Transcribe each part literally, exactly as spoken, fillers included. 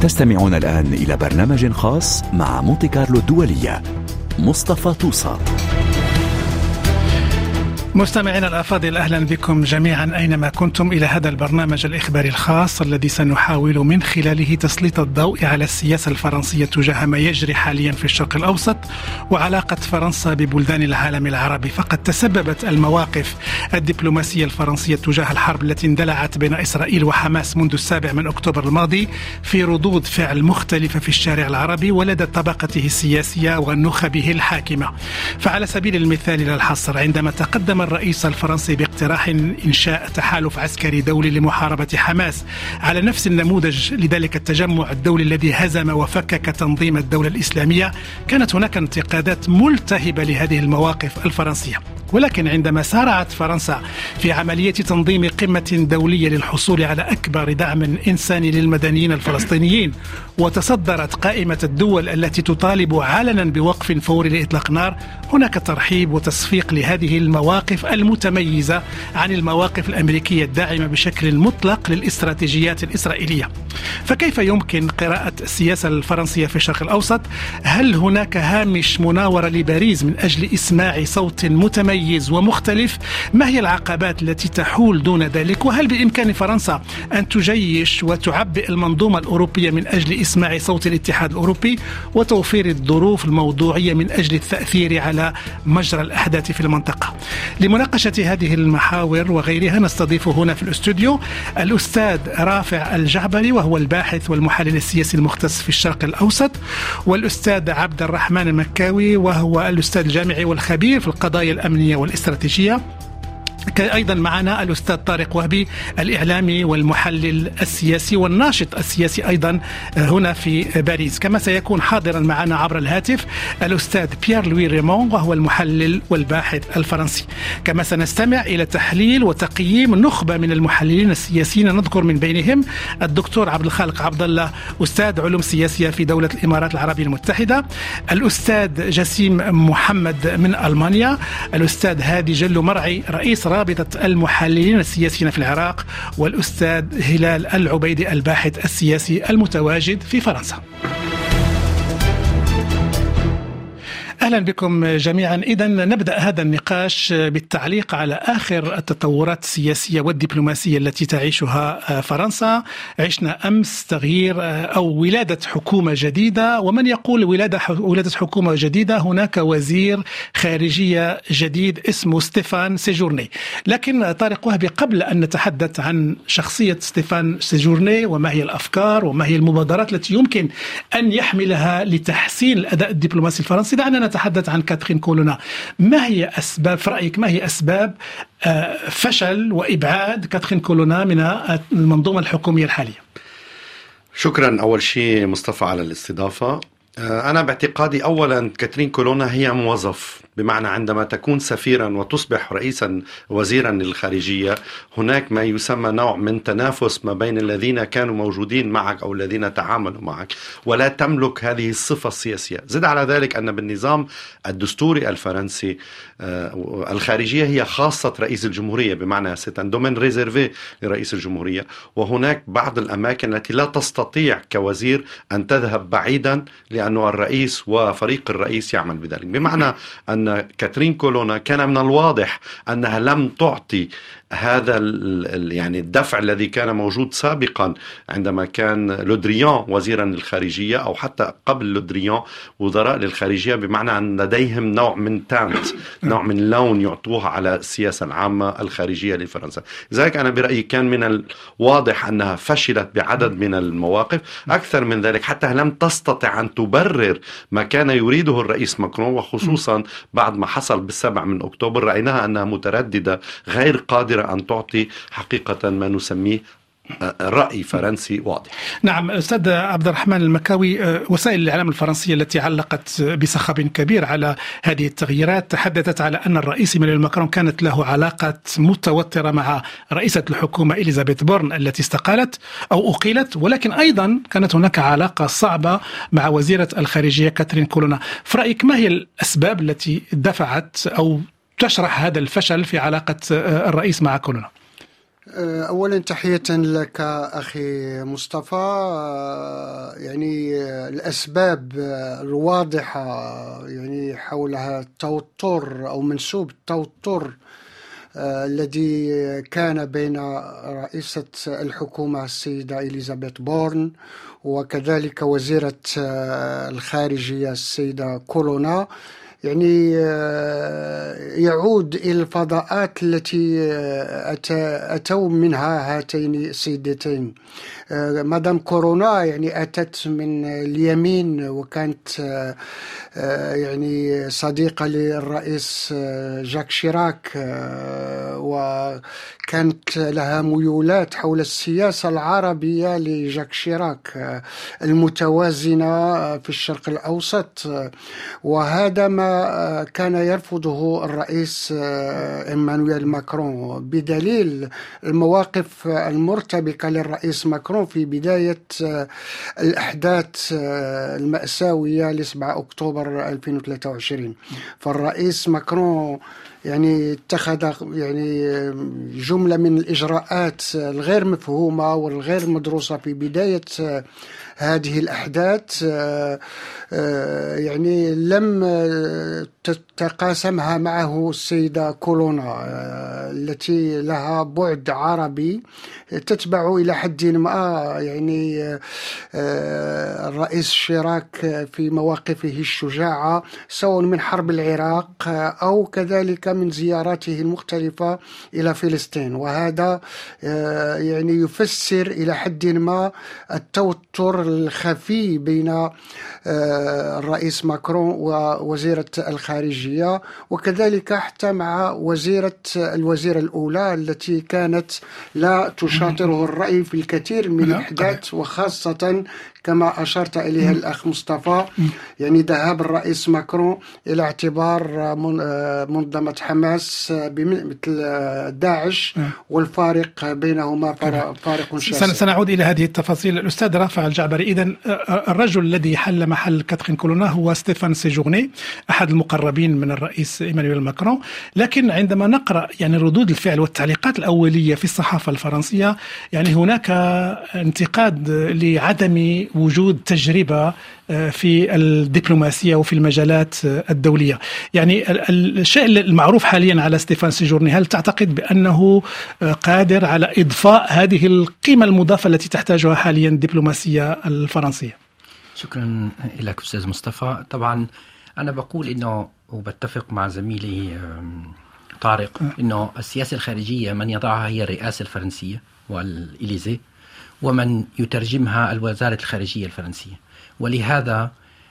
تستمعون الآن إلى برنامج خاص مع مونتي كارلو الدولية. مصطفى توصى. مستمعينا الأفاضل، أهلا بكم جميعا أينما كنتم إلى هذا البرنامج الإخباري الخاص الذي سنحاول من خلاله تسليط الضوء على السياسة الفرنسية تجاه ما يجري حاليا في الشرق الأوسط وعلاقة فرنسا ببلدان العالم العربي. فقد تسببت المواقف الدبلوماسية الفرنسية تجاه الحرب التي اندلعت بين إسرائيل وحماس منذ السابع من أكتوبر الماضي في ردود فعل مختلفة في الشارع العربي ولدى طبقته السياسية ونخبه الحاكمة. فعلى سبيل المثال للحصر، عندما تقدم الرئيس الفرنسي باقتراح إنشاء تحالف عسكري دولي لمحاربة حماس على نفس النموذج لذلك التجمع الدولي الذي هزم وفكك تنظيم الدولة الإسلامية، كانت هناك انتقادات ملتهبة لهذه المواقف الفرنسية. ولكن عندما سارعت فرنسا في عملية تنظيم قمة دولية للحصول على أكبر دعم إنساني للمدنيين الفلسطينيين وتصدرت قائمة الدول التي تطالب علنا بوقف فوري لإطلاق نار، هناك ترحيب وتصفيق لهذه المواقف المتميزة عن المواقف الأمريكية الداعمة بشكل مطلق للاستراتيجيات الإسرائيلية. فكيف يمكن قراءة السياسة الفرنسية في الشرق الأوسط؟ هل هناك هامش مناورة لباريس من أجل إسماع صوت متميز ومختلف؟ ما هي العقبات التي تحول دون ذلك؟ وهل بإمكان فرنسا أن تجيش وتعبئ المنظومة الأوروبية من أجل إسماع صوت الاتحاد الأوروبي وتوفير الظروف الموضوعية من أجل التأثير على مجرى الأحداث في المنطقة؟ لمناقشة هذه المحاور وغيرها نستضيف هنا في الاستوديو الأستاذ رافع الجعبري، وهو الباحث والمحلل السياسي المختص في الشرق الأوسط، والأستاذ عبد الرحمن المكاوي، وهو الأستاذ الجامعي والخبير في القضايا الأمنية والاستراتيجية. أيضا معنا الأستاذ طارق وهبي، الإعلامي والمحلل السياسي والناشط السياسي أيضا هنا في باريس. كما سيكون حاضرا معنا عبر الهاتف الأستاذ بيير لوي ريمون، وهو المحلل والباحث الفرنسي. كما سنستمع إلى تحليل وتقييم نخبة من المحللين السياسيين، نذكر من بينهم الدكتور عبد الخالق عبد الله، أستاذ علوم سياسية في دولة الإمارات العربية المتحدة، الأستاذ جسيم محمد من ألمانيا، الأستاذ هادي جلو مرعي رئيس رابطة المحللين السياسيين في العراق، والأستاذ هلال العبيدي الباحث السياسي المتواجد في فرنسا. أهلا بكم جميعا. إذن نبدأ هذا النقاش بالتعليق على آخر التطورات السياسية والدبلوماسية التي تعيشها فرنسا. عشنا أمس تغيير أو ولادة حكومة جديدة، ومن يقول ولادة ولادة حكومة جديدة هناك وزير خارجية جديد اسمه ستيفان سيجورني. لكن طارق وهبي، قبل أن نتحدث عن شخصية ستيفان سيجورني وما هي الأفكار وما هي المبادرات التي يمكن أن يحملها لتحسين الأداء الدبلوماسي الفرنسي، دعنا نتحدث عن كاترين كولونا. ما هي أسباب في رأيك ما هي أسباب فشل وإبعاد كاترين كولونا من المنظومة الحكومية الحالية؟ شكرا أول شيء مصطفى على الاستضافة. أنا باعتقادي أولا كاترين كولونا هي موظف، بمعنى عندما تكون سفيرا وتصبح رئيسا وزيرا للخارجية هناك ما يسمى نوع من تنافس ما بين الذين كانوا موجودين معك أو الذين تعاملوا معك، ولا تملك هذه الصفة السياسية. زد على ذلك أن بالنظام الدستوري الفرنسي الخارجية هي خاصة رئيس الجمهورية، بمعنى سيتان دومين ريزيرفي لرئيس الجمهورية، وهناك بعض الأماكن التي لا تستطيع كوزير أن تذهب بعيدا لأنه الرئيس وفريق الرئيس يعمل بذلك. بمعنى أن كاترين كولونا كان من الواضح أنها لم تعطي هذا يعني الدفع الذي كان موجود سابقا عندما كان لودريان وزيرا للخارجية، أو حتى قبل لودريان وزراء للخارجية، بمعنى أن لديهم نوع من تانت، نوع من لون يعطوها على السياسة العامة الخارجية لفرنسا. لذلك أنا برأيي كان من الواضح أنها فشلت بعدد من المواقف. أكثر من ذلك، حتى لم تستطع أن تبرر ما كان يريده الرئيس ماكرون، وخصوصا بعد ما حصل بالسبع من أكتوبر رأيناها أنها مترددة غير قادرة أن تعطي حقيقة ما نسميه رأي فرنسي واضح. نعم أستاذ عبد الرحمن المكاوي، وسائل الإعلام الفرنسية التي علقت بصخب كبير على هذه التغييرات تحدثت على أن الرئيس إيمانويل ماكرون كانت له علاقة متوترة مع رئيسة الحكومة إليزابيث بورن التي استقالت أو أقيلت، ولكن أيضا كانت هناك علاقة صعبة مع وزيرة الخارجية كاترين كولونا. في رأيك ما هي الأسباب التي دفعت أو تشرح هذا الفشل في علاقة الرئيس مع كولونا؟ أولا تحية لك أخي مصطفى. يعني الأسباب الواضحة يعني حولها التوتر أو منسوب التوتر الذي كان بين رئيسة الحكومة السيدة إليزابيث بورن وكذلك وزيرة الخارجية السيدة كولونا يعني يعود إلى الفضاءات التي أتوا منها هاتين السيدتين. مدام كورونا يعني أتت من اليمين وكانت يعني صديقة للرئيس جاك شيراك، وكانت لها ميولات حول السياسة العربية لجاك شيراك المتوازنة في الشرق الأوسط، وهذا ما كان يرفضه الرئيس إيمانويل ماكرون بدليل المواقف المرتبكة للرئيس ماكرون في بداية الأحداث المأساوية لسبعة أكتوبر ألفين وثلاثة وعشرين. فالرئيس ماكرون يعني اتخذ يعني جملة من الإجراءات الغير مفهومة والغير مدروسة في بداية هذه الأحداث، يعني لم تتقاسمها معه السيدة كولونا التي لها بعد عربي تتبع إلى حد ما يعني الرئيس شيراك في مواقفه الشجاعة سواء من حرب العراق أو كذلك من زياراته المختلفة إلى فلسطين، وهذا يعني يفسر إلى حد ما التوتر الخفي بين الرئيس ماكرون ووزيرة الخارجية، وكذلك حتى مع وزيرة الوزيرة الأولى التي كانت لا تشاطره الرأي في الكثير من الأحداث، وخاصة كما أشرت إليها الأخ مصطفى يعني ذهاب الرئيس ماكرون إلى اعتبار منظمة حماس بمثل داعش والفارق بينهما فارق شاسع. سنعود إلى هذه التفاصيل. الأستاذ رافع الجعبري، إذن الرجل الذي حل محل كاترين كولونا هو ستيفان سيجورني أحد المقربين من الرئيس إيمانويل ماكرون، لكن عندما نقرأ يعني ردود الفعل والتعليقات الأولية في الصحافة الفرنسية يعني هناك انتقاد لعدم وجود تجربة في الدبلوماسية وفي المجالات الدولية. يعني الشيء المعروف حاليا على ستيفان سيجورني، هل تعتقد بأنه قادر على إضفاء هذه القيمة المضافة التي تحتاجها حاليا الدبلوماسية الفرنسية؟ شكرا لك أستاذ مصطفى. طبعا أنا بقول إنه وبتفق مع زميلي طارق إنه السياسة الخارجية من يضعها هي الرئاسة الفرنسية والإليزي، ومن يترجمها الوزارة الخارجية الفرنسية. ولهذا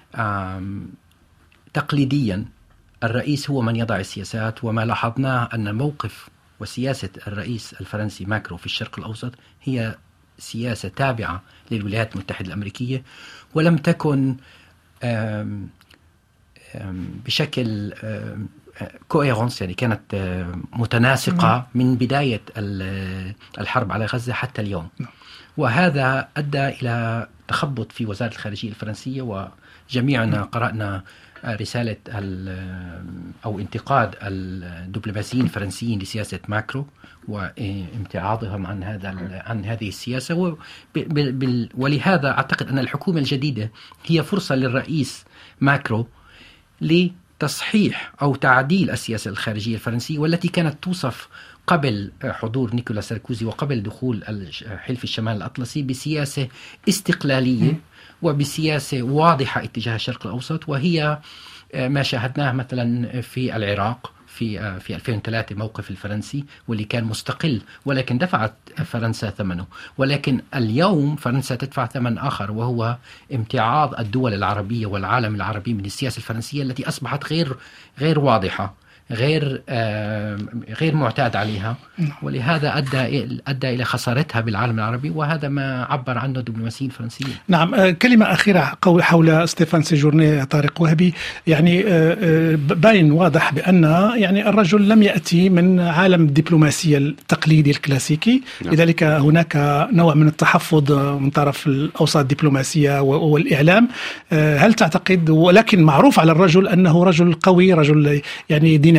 تقليديا الرئيس هو من يضع السياسات، وما لاحظناه أن موقف وسياسة الرئيس الفرنسي ماكرون في الشرق الأوسط هي سياسة تابعة للولايات المتحدة الأمريكية، ولم تكن آم آم بشكل كويرونس، يعني كانت متناسقة من بداية الحرب على غزة حتى اليوم. وهذا أدى إلى تخبط في وزارة الخارجية الفرنسية، وجميعنا قرأنا رسالة أو انتقاد الدبلوماسيين الفرنسيين لسياسة ماكرون وامتعاضهم عن هذا عن هذه السياسة. ولهذا أعتقد أن الحكومة الجديدة هي فرصة للرئيس ماكرون لتصحيح أو تعديل السياسة الخارجية الفرنسية، والتي كانت توصف قبل حضور نيكولا ساركوزي وقبل دخول حلف الشمال الأطلسي بسياسة استقلالية وبسياسة واضحة اتجاه الشرق الأوسط، وهي ما شاهدناه مثلا في العراق في في ألفين وثلاثة موقف الفرنسي واللي كان مستقل، ولكن دفعت فرنسا ثمنه. ولكن اليوم فرنسا تدفع ثمن آخر، وهو امتعاض الدول العربية والعالم العربي من السياسة الفرنسية التي أصبحت غير غير واضحة، غير غير معتاد عليها، ولهذا أدى أدى إلى خسارتها بالعالم العربي، وهذا ما عبر عنه الدبلوماسيين الفرنسيين. نعم. كلمة أخيرة حول ستيفان سيجورني طارق وهبي. يعني باين واضح بأن يعني الرجل لم يأتي من عالم الدبلوماسية التقليدي الكلاسيكي، لذلك هناك نوع من التحفظ من طرف الأوساط الدبلوماسية والإعلام. هل تعتقد، ولكن معروف على الرجل أنه رجل قوي، رجل يعني دينامي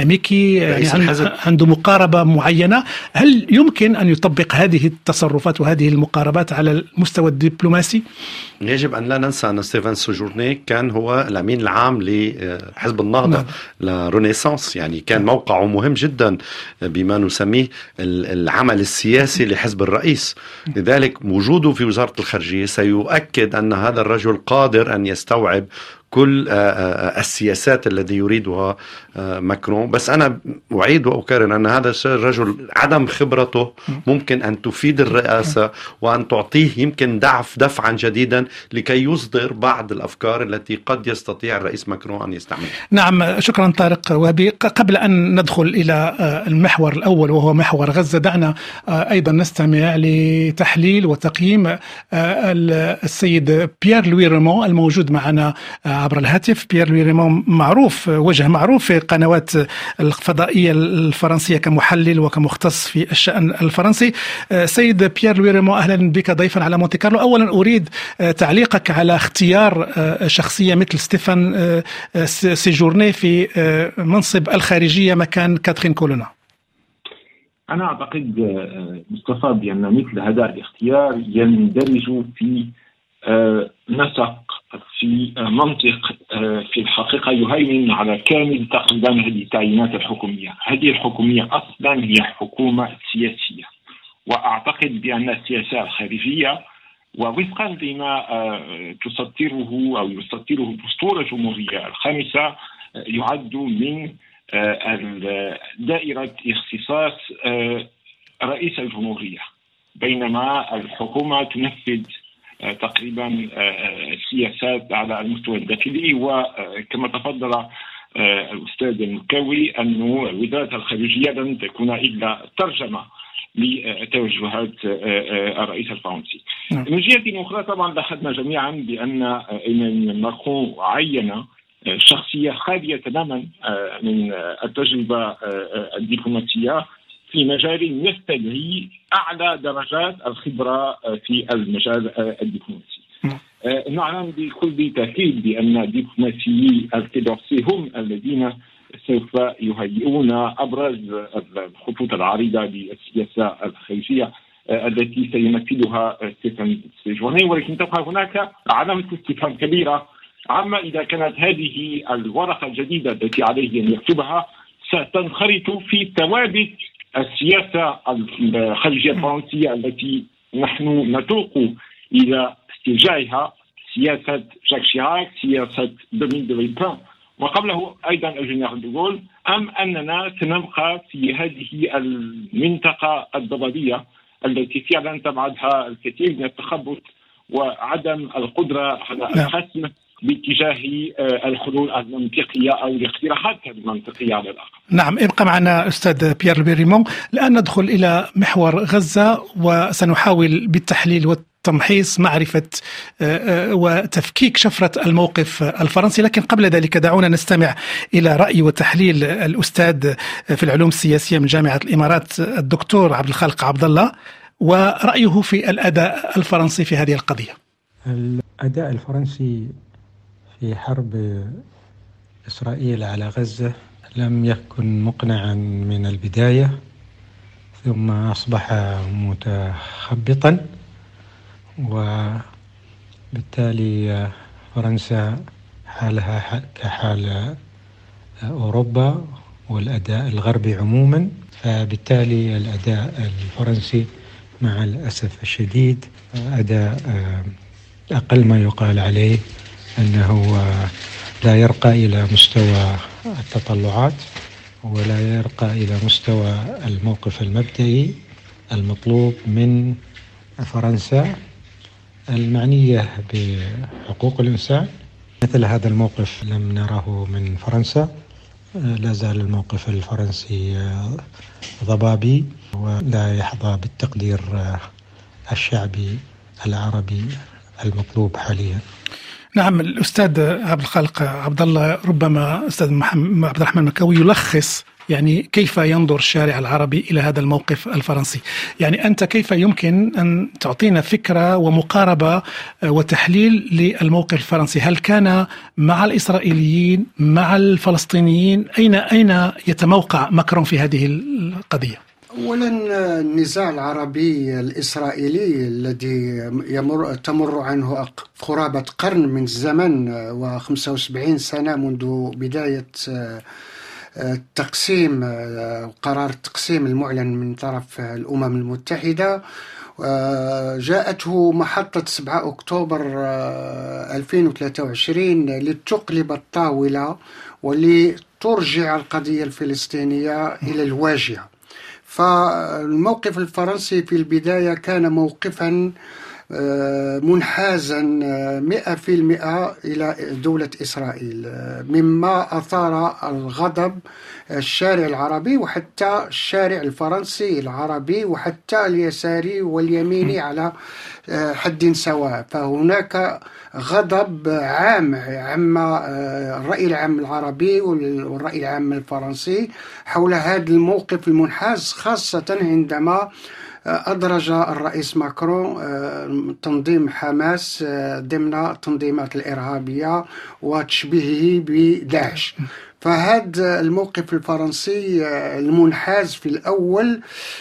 ديناميكي، يعني عنده مقاربة معينة. هل يمكن أن يطبق هذه التصرفات وهذه المقاربات على المستوى الدبلوماسي؟ يجب أن لا ننسى أن ستيفان سوجورني كان هو الأمين العام لحزب النهضة نعم. لرونيسانس، يعني كان موقعه مهم جدا بما نسميه العمل السياسي لحزب الرئيس. لذلك وجوده في وزارة الخارجية سيؤكد أن هذا الرجل قادر أن يستوعب كل السياسات التي يريدها ماكرون. بس أنا أعيد وأكرر أن هذا الرجل عدم خبرته ممكن أن تفيد الرئاسة وأن تعطيه يمكن دعف دفعا جديدا لكي يصدر بعض الأفكار التي قد يستطيع الرئيس ماكرون أن يستعملها. نعم، شكرا طارق وهبي. قبل أن ندخل إلى المحور الأول وهو محور غزة، دعنا أيضا نستمع لتحليل وتقييم السيد بيير لوي ريمون الموجود معنا عبر الهاتف. بيير لوي ريمون معروف، وجه معروف في قنوات الفضائية الفرنسية كمحلل وكمختص في الشأن الفرنسي. سيد بيير لوي ريمون، أهلا بك ضيفا على مونتي كارلو. أولا أريد تعليقك على اختيار شخصية مثل ستيفان سيجورني في منصب الخارجية مكان كاترين كولونا. أنا أعتقد مصطفى بأن مثل هذا الاختيار يندرج في نسق في منطق في الحقيقة يهيمن على كامل تقريبا هذه التعيينات الحكومية. هذه الحكومية أصلا هي حكومة سياسية، وأعتقد بأن السياسة الخارجية ووفقا لما تسطره أو يسطره دستور الجمهورية الخامسة يعد من دائرة اختصاص رئيس الجمهورية، بينما الحكومة تنفذ تقريبا سياسات على المستوى الداخلي. وكما تفضل الأستاذ المكاوي أن وزارة الخارجية لن تكون إلا ترجمة لتوجهات الرئيس الفرنسي. من جهة أخرى طبعا لاحظنا جميعا بأن ماكرون عين شخصية خالية تماما من التجربة الدبلوماسية في مجال يستدعي أعلى درجات الخبرة في المجال الدبلوماسي. نعلم بكل تأكيد بأن دبلوماسيي الكيدورسي هم الذين سوف يهيئون أبرز الخطوط العريضة للسياسة الخارجية التي سيمثلها ستيفان سيجورني، ولكن تبقى هناك علامة استفهام كبيرة عما إذا كانت هذه الورقة الجديدة التي عليه أن يكتبها ستنخرط في ثوابت السياسة الخارجية الفرنسية التي نحن نتوق إلى استرجاعها، سياسة جاك شيراك، سياسة دومين دو فيلبان وقبله أيضا الجنرال دوغول، أم أننا سنبقى في هذه المنطقة الضبابية التي فعلا تبعدها الكثير من التخبط وعدم القدرة على الحسم باتجاه الحلول المنطقية أو الاقتراحات المنطقية على الأقل. نعم، ابقى معنا أستاذ بيير لوي ريمون. الآن ندخل إلى محور غزة وسنحاول بالتحليل والتمحيص معرفة وتفكيك شفرة الموقف الفرنسي، لكن قبل ذلك دعونا نستمع إلى رأي وتحليل الأستاذ في العلوم السياسية من جامعة الإمارات الدكتور عبد الخالق عبد الله ورأيه في الأداء الفرنسي في هذه القضية. الأداء الفرنسي في حرب إسرائيل على غزة لم يكن مقنعا من البداية، ثم أصبح متخبطا، وبالتالي فرنسا حالها كحال أوروبا والأداء الغربي عموما. فبالتالي الأداء الفرنسي مع الأسف الشديد أداء أقل ما يقال عليه أنه لا يرقى إلى مستوى التطلعات ولا يرقى إلى مستوى الموقف المبدئي المطلوب من فرنسا المعنية بحقوق الإنسان. مثل هذا الموقف لم نره من فرنسا. لا زال الموقف الفرنسي ضبابي ولا يحظى بالتقدير الشعبي العربي المطلوب حاليا. نعم، الأستاذ عبد الخالق عبد الله، ربما أستاذ محمد عبد الرحمن المكاوي يلخص يعني كيف ينظر الشارع العربي إلى هذا الموقف الفرنسي؟ يعني أنت كيف يمكن أن تعطينا فكرة ومقاربة وتحليل للموقف الفرنسي؟ هل كان مع الإسرائيليين مع الفلسطينيين؟ أين أين يتموقع ماكرون في هذه القضية؟ أولا النزاع العربي الإسرائيلي الذي يمر تمر عنه قرابة قرن من الزمن وخمسة وسبعين سنة منذ بداية التقسيم، قرار التقسيم المعلن من طرف الأمم المتحدة، جاءته محطة سبعة أكتوبر ألفين وثلاثة وعشرين لتقلب الطاولة ولترجع القضية الفلسطينية إلى الواجهة. فالموقف الفرنسي في البداية كان موقفا منحازا مئة في المئة إلى دولة إسرائيل، مما أثار الغضب الشارع العربي وحتى الشارع الفرنسي العربي وحتى اليساري واليميني على حد سواء. فهناك غضب عام عم الرأي العام العربي والرأي العام الفرنسي حول هذا الموقف المنحاز، خاصة عندما أدرج الرئيس ماكرون تنظيم حماس ضمن التنظيمات الإرهابية وتشبيهه بداعش. فهذا الموقف الفرنسي المنحاز في الأول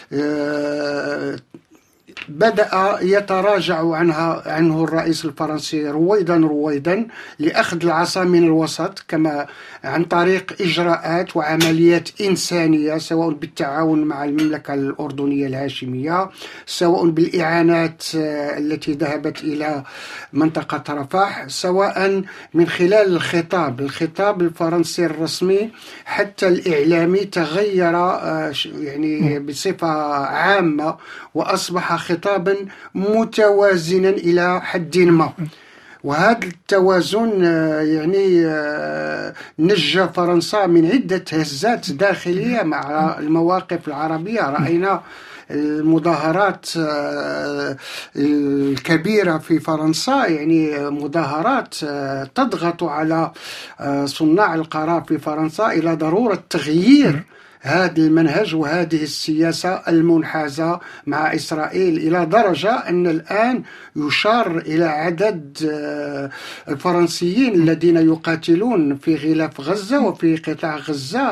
بدأ يتراجع عنها عنه الرئيس الفرنسي رويدا رويدا لأخذ العصا من الوسط، كما عن طريق إجراءات وعمليات إنسانية، سواء بالتعاون مع المملكة الأردنية الهاشمية، سواء بالإعانات التي ذهبت إلى منطقة رفح، سواء من خلال الخطاب الخطاب الفرنسي الرسمي حتى الإعلامي تغير يعني بصفة عامة وأصبح خطابا متوازنا إلى حد ما. وهذا التوازن يعني نجى فرنسا من عدة هزات داخلية مع المواقف العربية. رأينا المظاهرات الكبيرة في فرنسا، يعني مظاهرات تضغط على صناع القرار في فرنسا إلى ضرورة تغيير هذا المنهج وهذه السياسة المنحازة مع إسرائيل، إلى درجة أن الآن يشار إلى عدد الفرنسيين الذين يقاتلون في غلاف غزة وفي قطاع غزة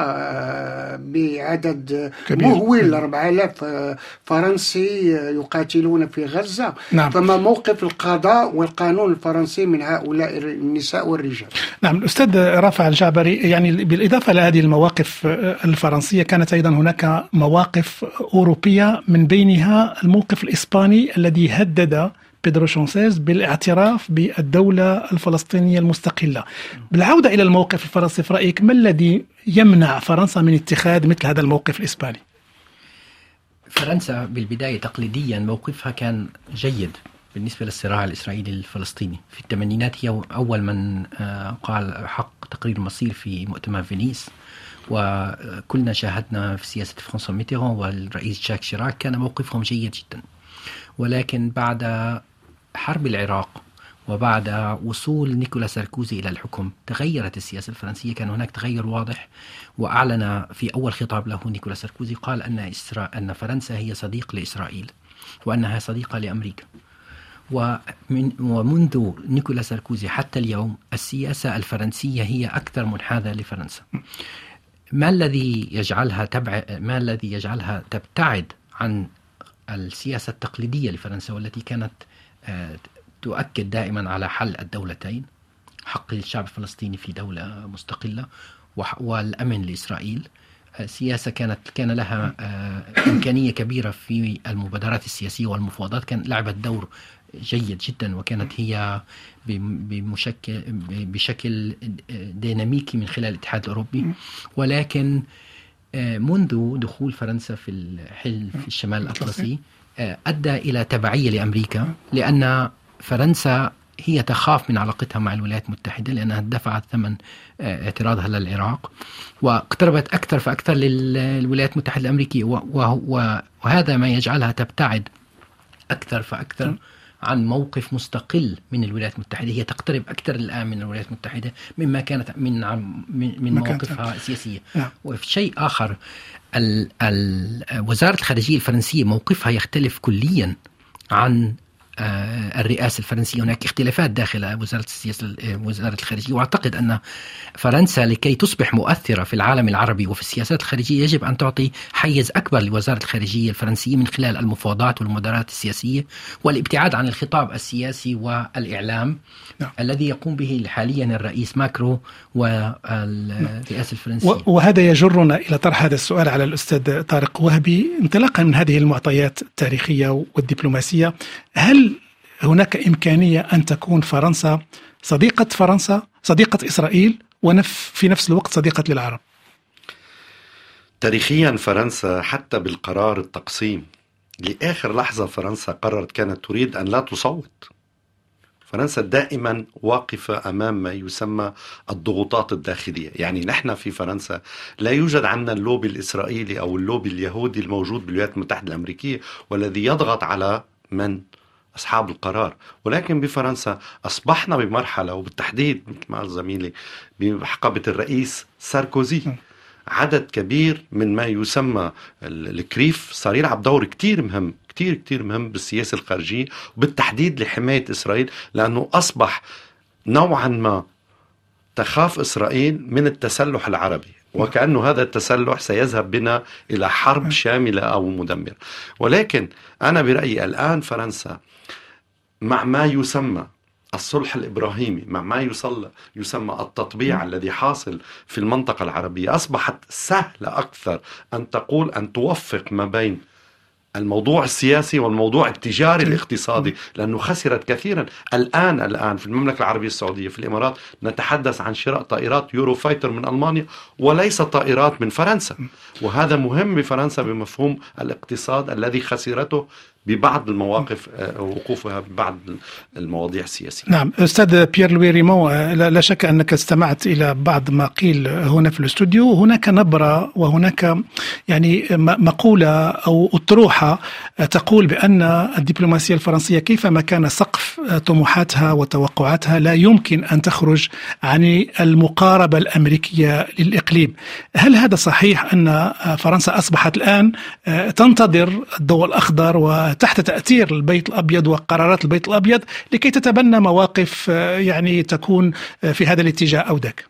بعدد مهول، أربعة آلاف فرنسي يقاتلون في غزة. نعم. فما موقف القضاء والقانون الفرنسي من هؤلاء النساء والرجال؟ نعم. الأستاذ رافع الجعبري، يعني بالإضافة لهذه المواقف الفرنسية كانت أيضا هناك مواقف أوروبية، من بينها الموقف الإسباني الذي هدد بيدرو سانشيز بالاعتراف بالدولة الفلسطينية المستقلة. بالعودة إلى الموقف الفرنسي، في رأيك ما الذي يمنع فرنسا من اتخاذ مثل هذا الموقف الإسباني؟ فرنسا بالبداية تقليديا موقفها كان جيد بالنسبة للصراع الإسرائيلي الفلسطيني. في الثمانينات هي أول من قال حق تقرير المصير في مؤتمر فينيس، وكلنا شاهدنا في سياسة فرانسوا ميتيران والرئيس جاك شيراك كان موقفهم جيد جدا. ولكن بعد حرب العراق وبعد وصول نيكولا ساركوزي إلى الحكم تغيرت السياسة الفرنسية، كان هناك تغير واضح. وأعلن في أول خطاب له نيكولا ساركوزي قال أن إسرا... أن فرنسا هي صديق لإسرائيل وأنها صديقة لأمريكا. ومن ومنذ نيكولا ساركوزي حتى اليوم السياسة الفرنسية هي أكثر منحازة لفرنسا. ما الذي يجعلها تبع ما الذي يجعلها تبتعد عن السياسة التقليدية لفرنسا، والتي كانت تؤكد دائما على حل الدولتين، حق الشعب الفلسطيني في دولة مستقلة والأمن لإسرائيل. سياسة كانت كان لها إمكانية كبيرة في المبادرات السياسية والمفاوضات، كان لعبت دور جيد جدا، وكانت هي بمشكل بشكل ديناميكي من خلال الاتحاد الأوروبي. ولكن منذ دخول فرنسا في الحلف في الشمال الأطلسي أدى إلى تبعية لأمريكا، لأن فرنسا هي تخاف من علاقتها مع الولايات المتحدة، لأنها دفعت ثمن اعتراضها للعراق، واقتربت أكثر فأكثر للولايات المتحدة الأمريكية، وهذا ما يجعلها تبتعد أكثر فأكثر عن موقف مستقل من الولايات المتحدة. هي تقترب أكثر الآن من الولايات المتحدة مما كانت من من, من مواقفها السياسية. نعم. وفي شيء آخر، ال ال وزارة الخارجية الفرنسية موقفها يختلف كليا عن الرئاسة الفرنسية. هناك اختلافات داخل وزارة السياسة وزارة الخارجية، وأعتقد أن فرنسا لكي تصبح مؤثرة في العالم العربي وفي السياسات الخارجية يجب أن تعطي حيز أكبر لوزارة الخارجية الفرنسية من خلال المفاوضات والمبادرات السياسية والابتعاد عن الخطاب السياسي والإعلام نعم. الذي يقوم به حاليا الرئيس ماكرو والرئاسة الفرنسية. وهذا يجرنا إلى طرح هذا السؤال على الأستاذ طارق وهبي، انطلاقا من هذه المعطيات التاريخية والدبلوماسية، هل هناك إمكانية أن تكون فرنسا صديقة فرنسا صديقة إسرائيل وفي نفس الوقت صديقة للعرب؟ تاريخيا فرنسا حتى بالقرار التقسيم لآخر لحظة فرنسا قررت كانت تريد أن لا تصوت. فرنسا دائما واقفة أمام ما يسمى الضغوطات الداخلية. يعني نحن في فرنسا لا يوجد عندنا اللوبي الإسرائيلي أو اللوبي اليهودي الموجود بالولايات المتحدة الأمريكية والذي يضغط على من أصحاب القرار، ولكن بفرنسا أصبحنا بمرحلة، وبالتحديد مثل ما قال زميلي بحقبة الرئيس ساركوزي، عدد كبير من ما يسمى الكريف صار يلعب دور كتير مهم كتير كتير مهم بالسياسة الخارجية، وبالتحديد لحماية إسرائيل، لأنه أصبح نوعا ما تخاف إسرائيل من التسلح العربي، وكأنه هذا التسلح سيذهب بنا إلى حرب شاملة أو مدمرة. ولكن أنا برأيي الآن فرنسا مع ما يسمى الصلح الإبراهيمي، مع ما يصل يسمى التطبيع الذي حاصل في المنطقة العربية، أصبحت سهلة أكثر أن تقول أن توفق ما بين الموضوع السياسي والموضوع التجاري الاقتصادي، لأنه خسرت كثيرا. الآن الآن في المملكة العربية السعودية في الإمارات نتحدث عن شراء طائرات يورو فايتر من ألمانيا وليس طائرات من فرنسا، وهذا مهم بفرنسا بمفهوم الاقتصاد الذي خسرته ببعض المواقف وقوفها ببعض المواضيع السياسية. نعم أستاذ بيير لوي ريمون، لا شك أنك استمعت إلى بعض ما قيل هنا في الاستوديو. هناك نبرة وهناك يعني مقولة أو أطروحة تقول بأن الدبلوماسية الفرنسية كيفما كان سقف طموحاتها وتوقعاتها لا يمكن أن تخرج عن المقاربة الأمريكية للإقليم. هل هذا صحيح أن فرنسا أصبحت الآن تنتظر الضوء الأخضر و تحت تأثير البيت الأبيض وقرارات البيت الأبيض لكي تتبنى مواقف يعني تكون في هذا الاتجاه أو ذاك؟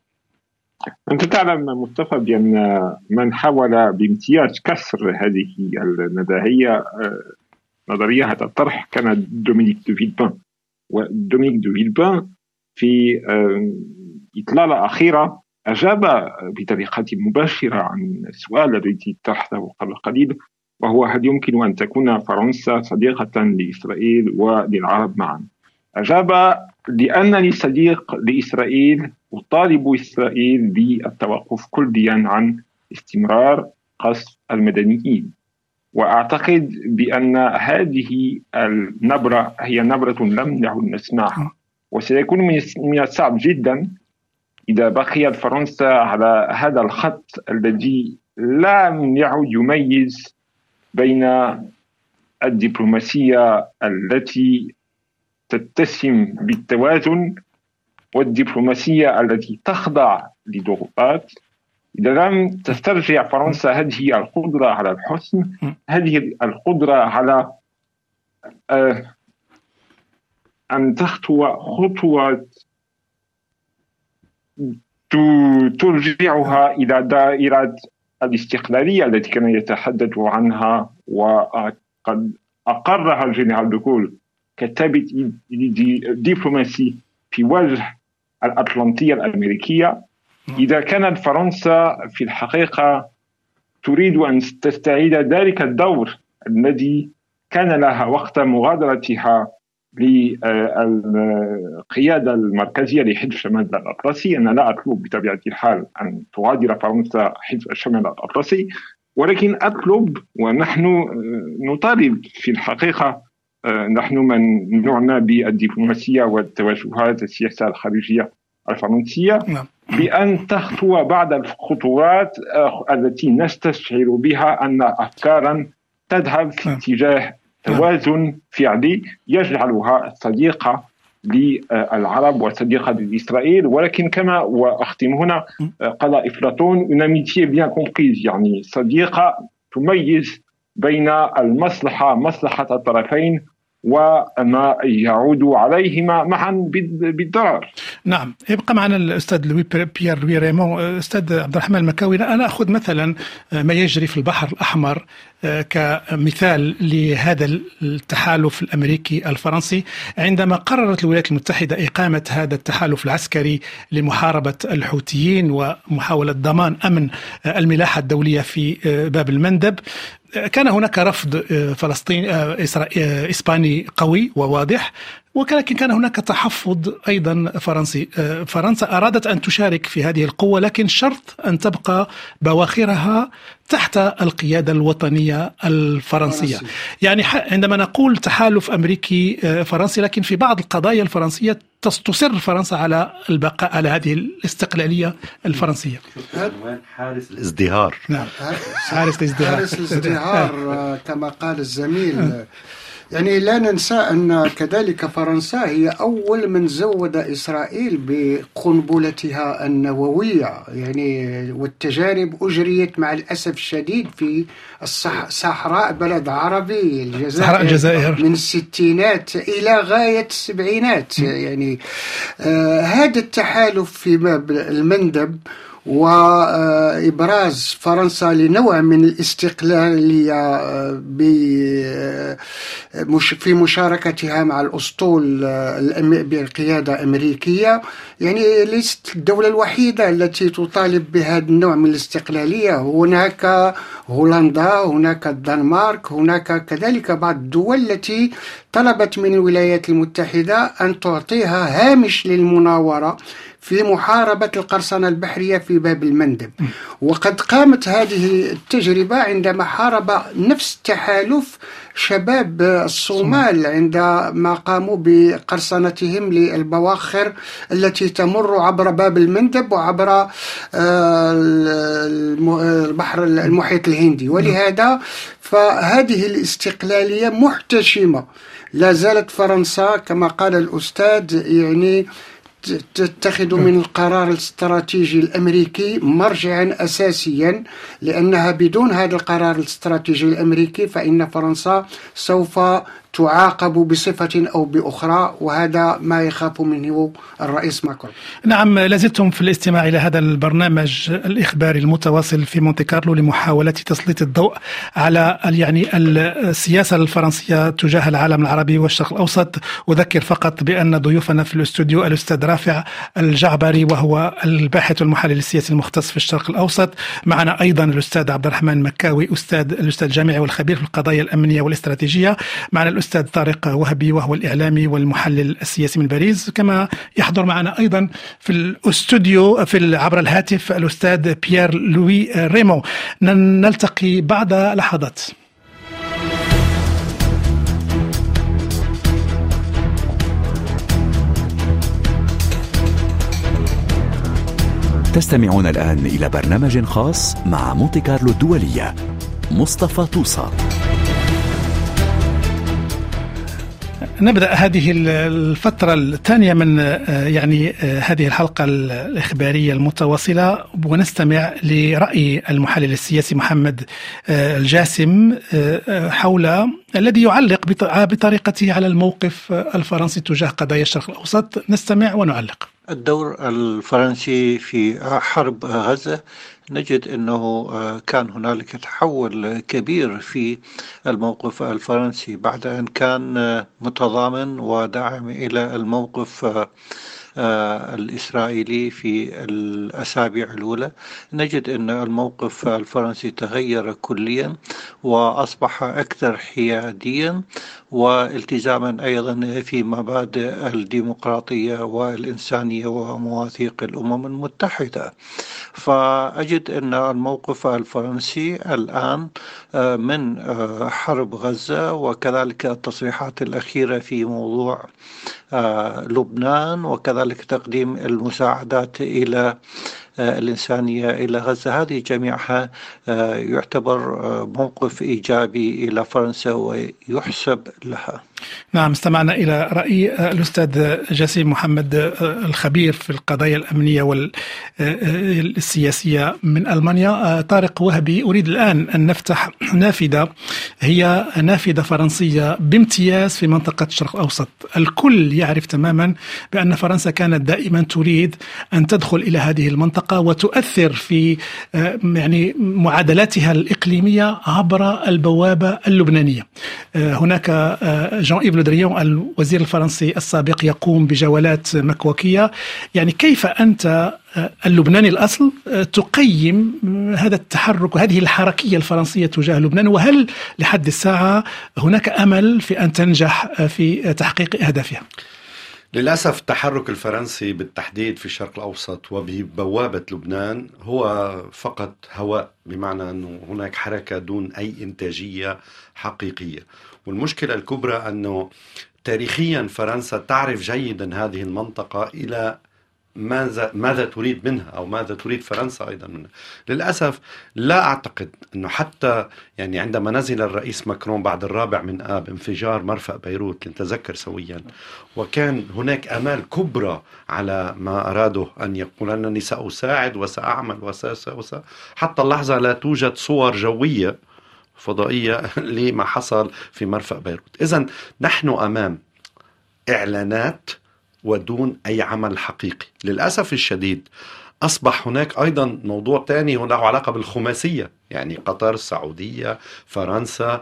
أنت تعلم مصطفى بأن من حاول بامتياز كسر هذه النزاهية نظرية هذا الطرح كان دومينيك دو فيلبان. ودومينيك دو فيلبان في إطلالة أخيرة أجاب بطريقة مباشرة عن السؤال الذي طرحته قبل قليل، وهو هل يمكن أن تكون فرنسا صديقة لإسرائيل وللعرب معا؟ أجاب لأنني صديق لإسرائيل أطالب إسرائيل بالتوقف كليا عن استمرار قصف المدنيين. وأعتقد بأن هذه النبرة هي نبرة لم نعد نسمعها، وسيكون من الصعب جدا إذا بقيت فرنسا على هذا الخط الذي لم يعد يميز بين الدبلوماسية التي تتسم بالتوازن والدبلوماسية التي تخضع لضغوطات. إذا لم تسترجع فرنسا هذه القدرة على الحسم، هذه القدرة على أن تخطو خطوات ترجعها إلى دائرة الاستقلالية التي كان يتحدث عنها وقد أقرها الجنرال دوغول كثابت دبلوماسي في وجه الأطلنطية الأمريكية. إذا كانت فرنسا في الحقيقة تريد أن تستعيد ذلك الدور الذي كان لها وقت مغادرتها للقيادة المركزية لحلف شمال الأطلسي، أنا لا أطلب بطبيعة الحال أن تغادر فرنسا حلف شمال الأطلسي، ولكن أطلب ونحن نطالب في الحقيقة، نحن من نعنى بالدبلوماسية والتوجهات السياسة الخارجية الفرنسية، بأن تخطو بعض الخطوات التي نستشعر بها أن أفكارا تذهب في اتجاه توازن فعلي يجعلها صديقة للعرب وصديقة لإسرائيل. ولكن كما وأختم هنا قال أفلاطون une amitié bien comprise، يعني صديقة تميز بين المصلحة مصلحة الطرفين وما يعود عليهما معا بالضرر. نعم، يبقى معنا الأستاذ لوي بيير لوي ريمون. أستاذ عبد الرحمن المكاوي، أنا أخذ مثلا ما يجري في البحر الأحمر كمثال لهذا التحالف الأمريكي الفرنسي. عندما قررت الولايات المتحدة إقامة هذا التحالف العسكري لمحاربة الحوثيين ومحاولة ضمان أمن الملاحة الدولية في باب المندب، كان هناك رفض فلسطيني إسباني قوي وواضح، ولكن كان هناك تحفظ أيضا فرنسي. فرنسا أرادت أن تشارك في هذه القوة، لكن شرط أن تبقى بواخرها تحت القيادة الوطنية الفرنسية. يعني عندما نقول تحالف أمريكي فرنسي، لكن في بعض القضايا الفرنسية تصر فرنسا على البقاء على هذه الاستقلالية الفرنسية. حارس الازدهار. نعم، حارس الازدهار. حارس الازدهار كما قال الزميل. يعني لا ننسى أن كذلك فرنسا هي أول من زود إسرائيل بقنبلتها النووية، يعني والتجارب أجريت مع الأسف الشديد في الصحراء، بلد عربي الجزائر، الجزائر من الستينات إلى غاية السبعينات. يعني آه هذا التحالف في باب المندب وإبراز فرنسا لنوع من الاستقلالية في مشاركتها مع الأسطول بالقيادة الأمريكية، يعني ليست الدولة الوحيدة التي تطالب بهذا النوع من الاستقلالية. هناك هولندا، هناك الدنمارك، هناك كذلك بعض الدول التي طلبت من الولايات المتحدة أن تعطيها هامش للمناورة في محاربة القرصنة البحرية في باب المندب. وقد قامت هذه التجربة عندما حارب نفس التحالف شباب الصومال عندما قاموا بقرصنتهم للبواخر التي تمر عبر باب المندب وعبر البحر المحيط الهندي. ولهذا فهذه الاستقلالية محتشمة. لا زالت فرنسا كما قال الأستاذ يعني تتخذ من القرار الاستراتيجي الأمريكي مرجعا أساسيا، لأنها بدون هذا القرار الاستراتيجي الأمريكي فإن فرنسا سوف تعاقب بصفة أو بأخرى، وهذا ما يخاف منه الرئيس ماكرون. نعم، لازلتم في الاستماع إلى هذا البرنامج الإخباري المتواصل في مونتي كارلو لمحاولة تسليط الضوء على يعني السياسة الفرنسية تجاه العالم العربي والشرق الأوسط. أذكر فقط بأن ضيوفنا في الاستوديو الأستاذ رافع الجعبري وهو الباحث والمحلل السياسي المختص في الشرق الأوسط. معنا أيضا الأستاذ عبد الرحمن المكاوي، أستاذ الأستاذ الجامعي والخبير في القضايا الأمنية والاستراتيجية. معنا الأستاذ طارق وهبي وهو الإعلامي والمحلل السياسي من باريس. كما يحضر معنا أيضا في الاستوديو في عبر الهاتف الأستاذ بيير لوي ريمون. نلتقي بعد لحظات. تستمعون الآن إلى برنامج خاص مع مونتي كارلو الدولية، مصطفى توصى. نبدأ هذه الفترة الثانية من يعني هذه الحلقة الإخبارية المتواصلة ونستمع لرأي المحلل السياسي محمد الجاسم حول الذي يعلق بطريقته على الموقف الفرنسي تجاه قضايا الشرق الأوسط. نستمع ونعلق. الدور الفرنسي في حرب غزة، نجد أنه كان هنالك تحول كبير في الموقف الفرنسي بعد أن كان متضامن وداعم إلى الموقف الإسرائيلي في الأسابيع الأولى. نجد أن الموقف الفرنسي تغير كليا وأصبح أكثر حياديا والتزاما أيضا في مبادئ الديمقراطية والإنسانية ومواثيق الأمم المتحدة. فأجد أن الموقف الفرنسي الآن من حرب غزة وكذلك التصريحات الأخيرة في موضوع لبنان وكذلك وكذلك تقديم المساعدات إلى الإنسانية إلى غزة. هذه جميعها يعتبر موقف إيجابي إلى فرنسا ويحسب لها. نعم، استمعنا إلى رأي الأستاذ جسيم محمد الخبير في القضايا الأمنية والسياسية من ألمانيا. طارق وهبي، أريد الآن أن نفتح نافذة هي نافذة فرنسية بامتياز في منطقة الشرق الأوسط. الكل يعرف تماما بأن فرنسا كانت دائما تريد أن تدخل إلى هذه المنطقة وتؤثر في يعني معادلاتها الإقليمية عبر البوابة اللبنانية. هناك جان إيف لو دريون الوزير الفرنسي السابق يقوم بجولات مكوكية. يعني كيف أنت اللبناني الأصل تقيم هذا التحرك وهذه الحركية الفرنسية تجاه لبنان، وهل لحد الساعة هناك أمل في أن تنجح في تحقيق أهدافها؟ للأسف التحرك الفرنسي بالتحديد في الشرق الأوسط وببوابة لبنان هو فقط هواء، بمعنى أنه هناك حركة دون أي إنتاجية حقيقية. والمشكلة الكبرى أنه تاريخيا فرنسا تعرف جيدا هذه المنطقة إلى ماذا ماذا تريد منها أو ماذا تريد فرنسا أيضا منها. للأسف لا أعتقد أنه حتى يعني عندما نزل الرئيس ماكرون بعد الرابع من آب انفجار مرفأ بيروت لنتذكر سويا، وكان هناك آمال كبرى على ما أرادوا أن يقول أنني سأساعد وسأعمل وسأسا حتى اللحظة لا توجد صور جوية فضائية لما حصل في مرفأ بيروت. إذن نحن أمام إعلانات ودون أي عمل حقيقي. للأسف الشديد أصبح هناك أيضا موضوع تاني له علاقة بالخماسية، يعني قطر، السعودية، فرنسا،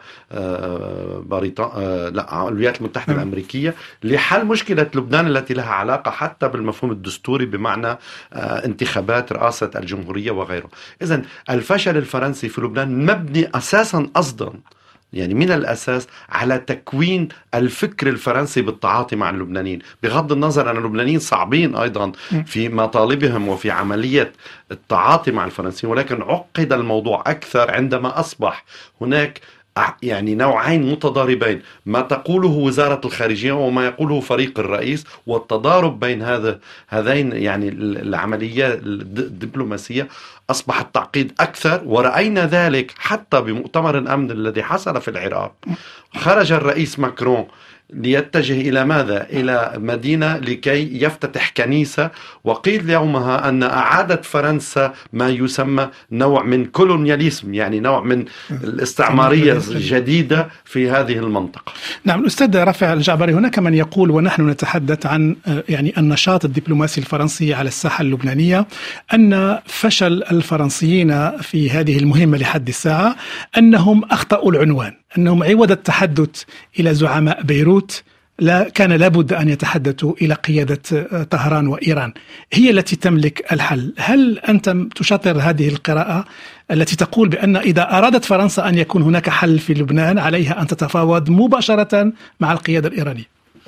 بريطانيا، لا الولايات المتحدة الأمريكية، لحل مشكلة لبنان التي لها علاقة حتى بالمفهوم الدستوري بمعنى انتخابات رئاسة الجمهورية وغيره. إذن الفشل الفرنسي في لبنان مبني أساسا أصلا يعني من الأساس على تكوين الفكر الفرنسي بالتعاطي مع اللبنانيين، بغض النظر أن اللبنانيين صعبين أيضا في مطالبهم وفي عملية التعاطي مع الفرنسيين، ولكن عقد الموضوع أكثر عندما أصبح هناك يعني نوعين متضاربين، ما تقوله وزارة الخارجية وما يقوله فريق الرئيس، والتضارب بين هذا هذين يعني العمليات الدبلوماسية أصبح التعقيد أكثر. ورأينا ذلك حتى بمؤتمر الأمن الذي حصل في العراق. خرج الرئيس ماكرون ليتجه إلى ماذا؟ إلى مدينة لكي يفتتح كنيسة، وقيل يومها أن أعادت فرنسا ما يسمى نوع من كولونياليزم، يعني نوع من الاستعمارية الجديدة في هذه المنطقة. نعم الأستاذ رافع الجعبري، هناك من يقول ونحن نتحدث عن يعني النشاط الدبلوماسي الفرنسي على الساحة اللبنانية أن فشل الفرنسيين في هذه المهمة لحد الساعة أنهم أخطأوا العنوان، أنهم عوض التحدث إلى زعماء بيروت لا كان لابد أن يتحدثوا إلى قيادة طهران وإيران، هي التي تملك الحل. هل أنت تشاطر هذه القراءة التي تقول بأن إذا أرادت فرنسا أن يكون هناك حل في لبنان عليها أن تتفاوض مباشرة مع القيادة الإيرانية؟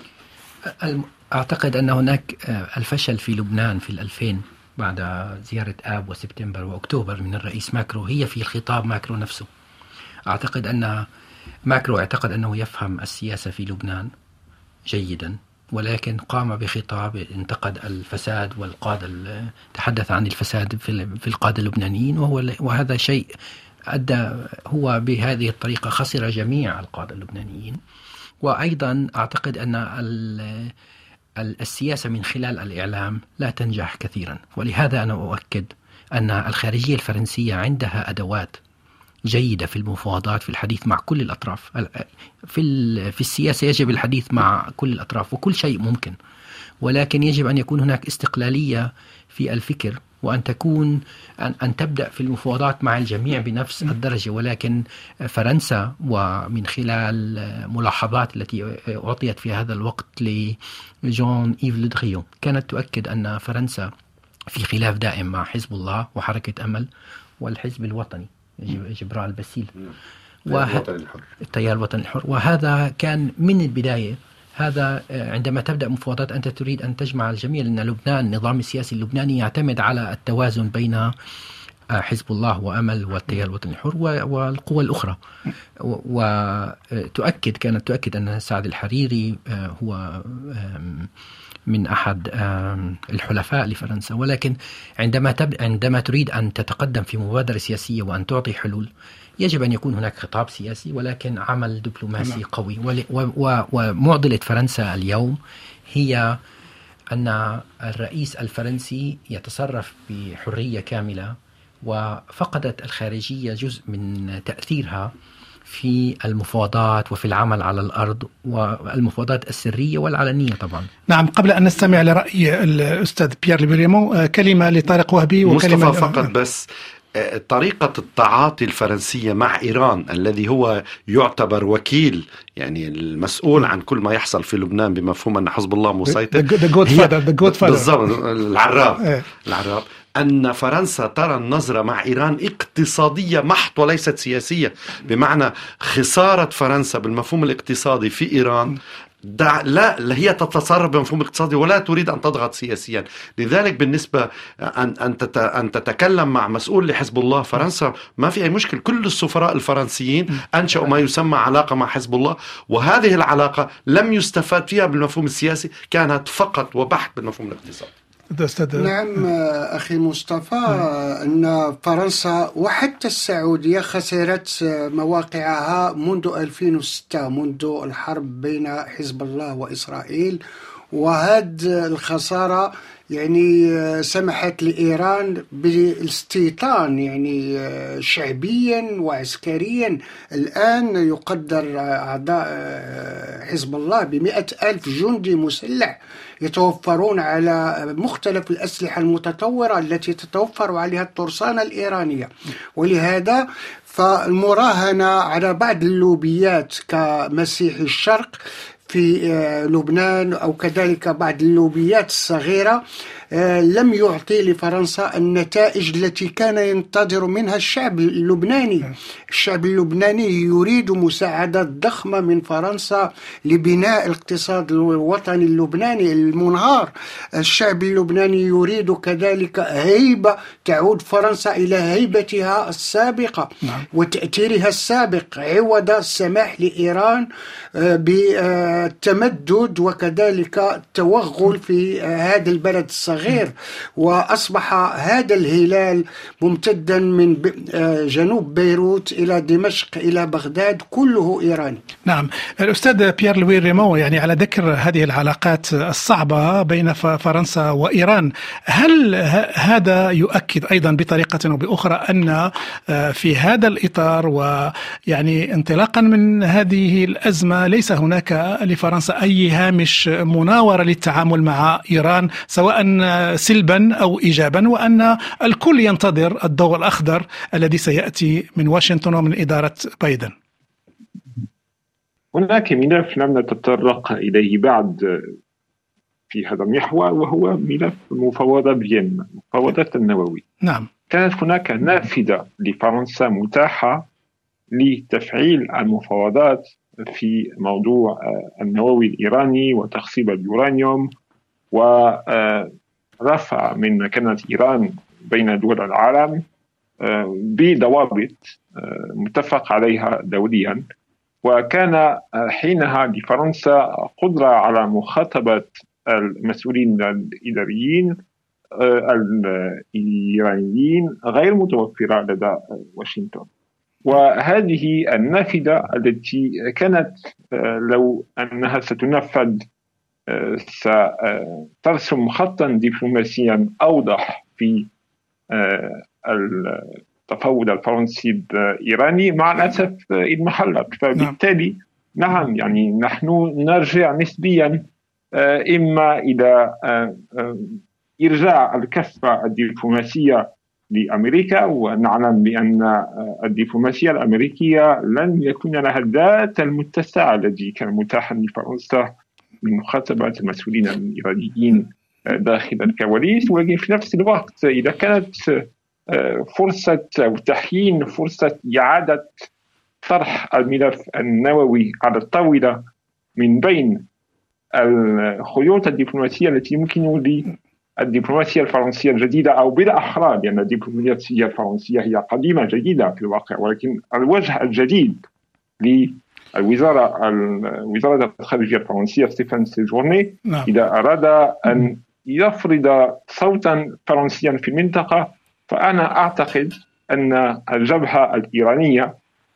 أعتقد أن هناك الفشل في لبنان في الألفين بعد زيارة آب وسبتمبر وأكتوبر من الرئيس ماكرو هي في خطاب ماكرو نفسه. أعتقد أن ماكرو اعتقد أنه يفهم السياسة في لبنان جيدا، ولكن قام بخطاب انتقد الفساد والقادة، تحدث عن الفساد في القادة اللبنانيين، وهو وهذا شيء أدى هو بهذه الطريقة خسر جميع القادة اللبنانيين. وأيضا أعتقد أن السياسة من خلال الإعلام لا تنجح كثيرا، ولهذا أنا أؤكد أن الخارجية الفرنسية عندها أدوات جيدة في المفاوضات، في الحديث مع كل الأطراف. في في السياسة يجب الحديث مع كل الأطراف وكل شيء ممكن، ولكن يجب أن يكون هناك استقلالية في الفكر، وأن تكون أن, أن تبدأ في المفاوضات مع الجميع بنفس الدرجة. ولكن فرنسا ومن خلال ملاحظات التي أعطيت في هذا الوقت لجان إيف لو دريون كانت تؤكد أن فرنسا في خلاف دائم مع حزب الله وحركة أمل والحزب الوطني جبران الباسيل والتيار الوطني الحر. وهذا كان من البداية، هذا عندما تبدأ مفاوضات أنت تريد أن تجمع الجميع، لأن لبنان النظام السياسي اللبناني يعتمد على التوازن بين حزب الله وأمل والتيار الوطني الحر والقوى الأخرى. وتؤكد كانت تؤكد أن سعد الحريري هو من أحد الحلفاء لفرنسا. ولكن عندما عندما تريد أن تتقدم في مبادرة سياسية وأن تعطي حلول، يجب أن يكون هناك خطاب سياسي ولكن عمل دبلوماسي قوي. ومعضلة فرنسا اليوم هي أن الرئيس الفرنسي يتصرف بحرية كاملة، وفقدت الخارجية جزء من تأثيرها في المفاوضات وفي العمل على الأرض، والمفاوضات السرية والعلنية طبعا. نعم، قبل أن نستمع لرأي الأستاذ بيير لبريمون، كلمة لطارق وهبي وكلمة مصطفى فقط بس. طريقة التعاطي الفرنسية مع إيران الذي هو يعتبر وكيل، يعني المسؤول عن كل ما يحصل في لبنان بمفهوم أن حزب الله مسيطر، بالضبط العراب العراب أن فرنسا ترى النظرة مع إيران اقتصادية محض وليست سياسية، بمعنى خسارة فرنسا بالمفهوم الاقتصادي في إيران لا, لا هي تتصرف بمفهوم اقتصادي ولا تريد أن تضغط سياسيا. لذلك بالنسبة أن, أن, أن تتكلم مع مسؤول لحزب الله، فرنسا ما في أي مشكل. كل السفراء الفرنسيين أنشأوا ما يسمى علاقة مع حزب الله، وهذه العلاقة لم يستفاد فيها بالمفهوم السياسي، كانت فقط وبحت بالمفهوم الاقتصادي. نعم أخي مصطفى، أن فرنسا وحتى السعودية خسرت مواقعها منذ ألفين وستة، منذ الحرب بين حزب الله وإسرائيل، وهذه الخسارة يعني سمحت لإيران بالاستيطان يعني شعبيا وعسكريا. الآن يقدر أعضاء حزب الله بمئة ألف جندي مسلح يتوفرون على مختلف الأسلحة المتطورة التي تتوفر عليها الترسانة الإيرانية. ولهذا فالمراهنة على بعض اللوبيات كمسيح الشرق في لبنان أو كذلك بعض اللوبيات الصغيرة لم يعطي لفرنسا النتائج التي كان ينتظر منها الشعب اللبناني. الشعب اللبناني يريد مساعدات ضخمة من فرنسا لبناء الاقتصاد الوطني اللبناني المنهار. الشعب اللبناني يريد كذلك هيبة، تعود فرنسا إلى هيبتها السابقة وتأثيرها السابق، عوض السماح لإيران بالتمدد وكذلك التوغل في هذا البلد الصغير. وأصبح هذا الهلال ممتدا من جنوب بيروت إلى دمشق إلى بغداد كله إيراني. نعم، الأستاذ بيير لوي ريمون، يعني على ذكر هذه العلاقات الصعبة بين فرنسا وإيران، هل هذا يؤكد أيضا بطريقة أو بأخرى أن في هذا الإطار ويعني انطلاقا من هذه الأزمة ليس هناك لفرنسا أي هامش مناورة للتعامل مع إيران سواء سلبا أو إيجابا، وأن الكل ينتظر الضوء الأخضر الذي سيأتي من واشنطن ومن إدارة بايدن؟ هناك ملف لم نتطرق إليه بعد في هذا المحور، وهو ملف مفاوضات فيينا، مفاوضات النووي. نعم، كانت هناك نافذة لفرنسا متاحة لتفعيل المفاوضات في موضوع النووي الإيراني وتخصيب اليورانيوم ورفع من مكانة إيران بين دول العالم بضوابط متفق عليها دوليا. وكان حينها لفرنسا قدرة على مخاطبة المسؤولين الإداريين الإيرانيين غير متوفرة لدى واشنطن. وهذه النافذة التي كانت لو أنها ستنفذ سترسم خطا دبلوماسيا أوضح في التفاوض الفرنسي الإيراني، مع الأسف انمحلت. فبالتالي نعم، يعني نحن نرجع نسبيا إما إلى إرجاع الكفة الدبلوماسية لأمريكا، ونعلم بأن الدبلوماسية الأمريكية لن يكون لها ذات المتسع الذي كان متاحا لفرنسا من مخاطبة المسؤولين الإيرانيين داخل الكواليس. ولكن في نفس الوقت إذا كانت فرصة أو تحيين فرصة إعادة طرح الملف النووي على الطاولة من بين الخيوط الدبلوماسية التي يمكن للدبلوماسية الفرنسية الجديدة، أو بالأحرى لأن الدبلوماسية الفرنسية هي قديمة جديدة في الواقع، ولكن الوجه الجديد الوزارة وزارة الخارجية الفرنسية ستيفان سيجورني نعم. إذا أراد أن يفرض صوتا فرنسيا في المنطقة، فأنا أعتقد أن الجبهة الإيرانية